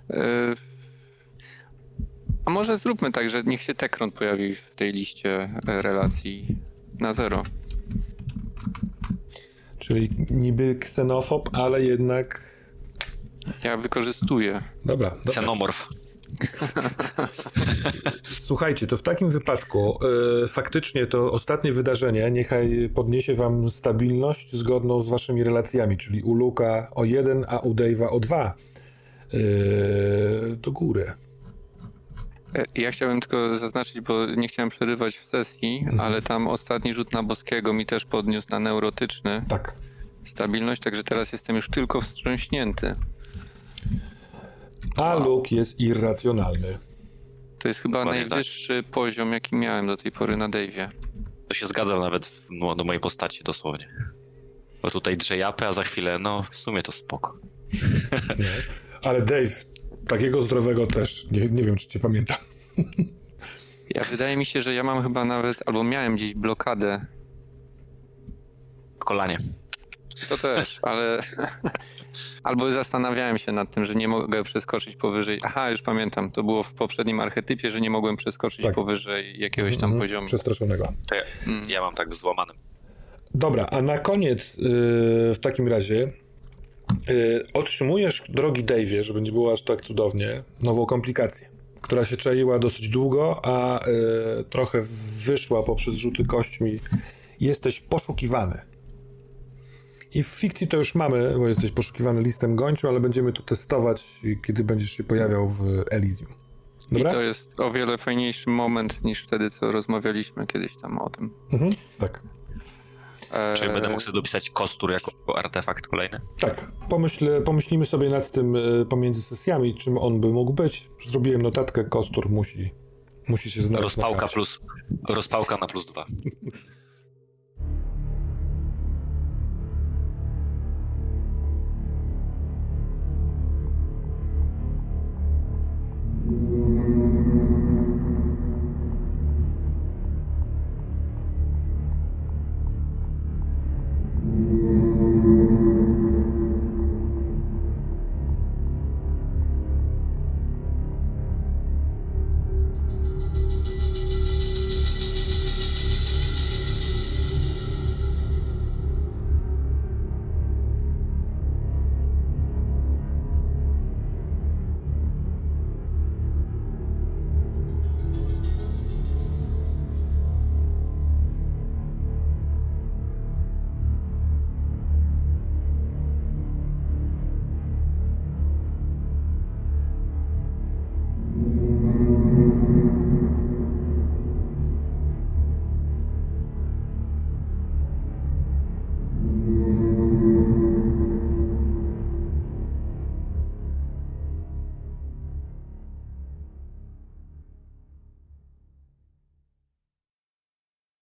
a może zróbmy tak, że niech się Tekron pojawi w tej liście relacji na 0. Czyli niby ksenofob, ale jednak... Ja wykorzystuję. Dobra. Ksenomorf. Słuchajcie, to w takim wypadku faktycznie to ostatnie wydarzenie niechaj podniesie wam stabilność zgodną z waszymi relacjami, czyli u Luka o 1, a u Dave'a o 2 do góry. Ja chciałem tylko zaznaczyć, bo nie chciałem przerywać w sesji, ale tam ostatni rzut na boskiego mi też podniósł na neurotyczny Tak. stabilność, także teraz jestem już tylko wstrząśnięty. A Luke jest irracjonalny. To jest chyba Dokładnie najwyższy poziom, jaki miałem do tej pory na Dave'ie. To się zgadza nawet do mojej postaci dosłownie. Bo tutaj drze japę, a za chwilę, no w sumie to spoko. Nie. Ale Dave, takiego zdrowego też, nie wiem, czy cię pamiętam. Wydaje mi się, że ja mam chyba nawet, albo miałem gdzieś blokadę. W kolanie. To też, ale... Albo zastanawiałem się nad tym, że nie mogę przeskoczyć powyżej... Aha, już pamiętam, to było w poprzednim archetypie, że nie mogłem przeskoczyć powyżej jakiegoś tam poziomu. Przestraszonego. To ja mam tak złamanym. Dobra, a na koniec w takim razie otrzymujesz, drogi Dave'ie, żeby nie było aż tak cudownie, nową komplikację, która się czaiła dosyć długo, a trochę wyszła poprzez rzuty kośćmi. Jesteś poszukiwany. I w fikcji to już mamy, bo jesteś poszukiwany listem gończym, ale będziemy to testować, kiedy będziesz się pojawiał w Elysium. Dobra? I to jest o wiele fajniejszy moment niż wtedy, co rozmawialiśmy kiedyś tam o tym. Tak. Czyli będę mógł sobie dopisać kostur jako artefakt kolejny? Tak. Pomyślimy sobie nad tym pomiędzy sesjami, czym on by mógł być. Zrobiłem notatkę, kostur musi się znaleźć. Rozpałka na +2.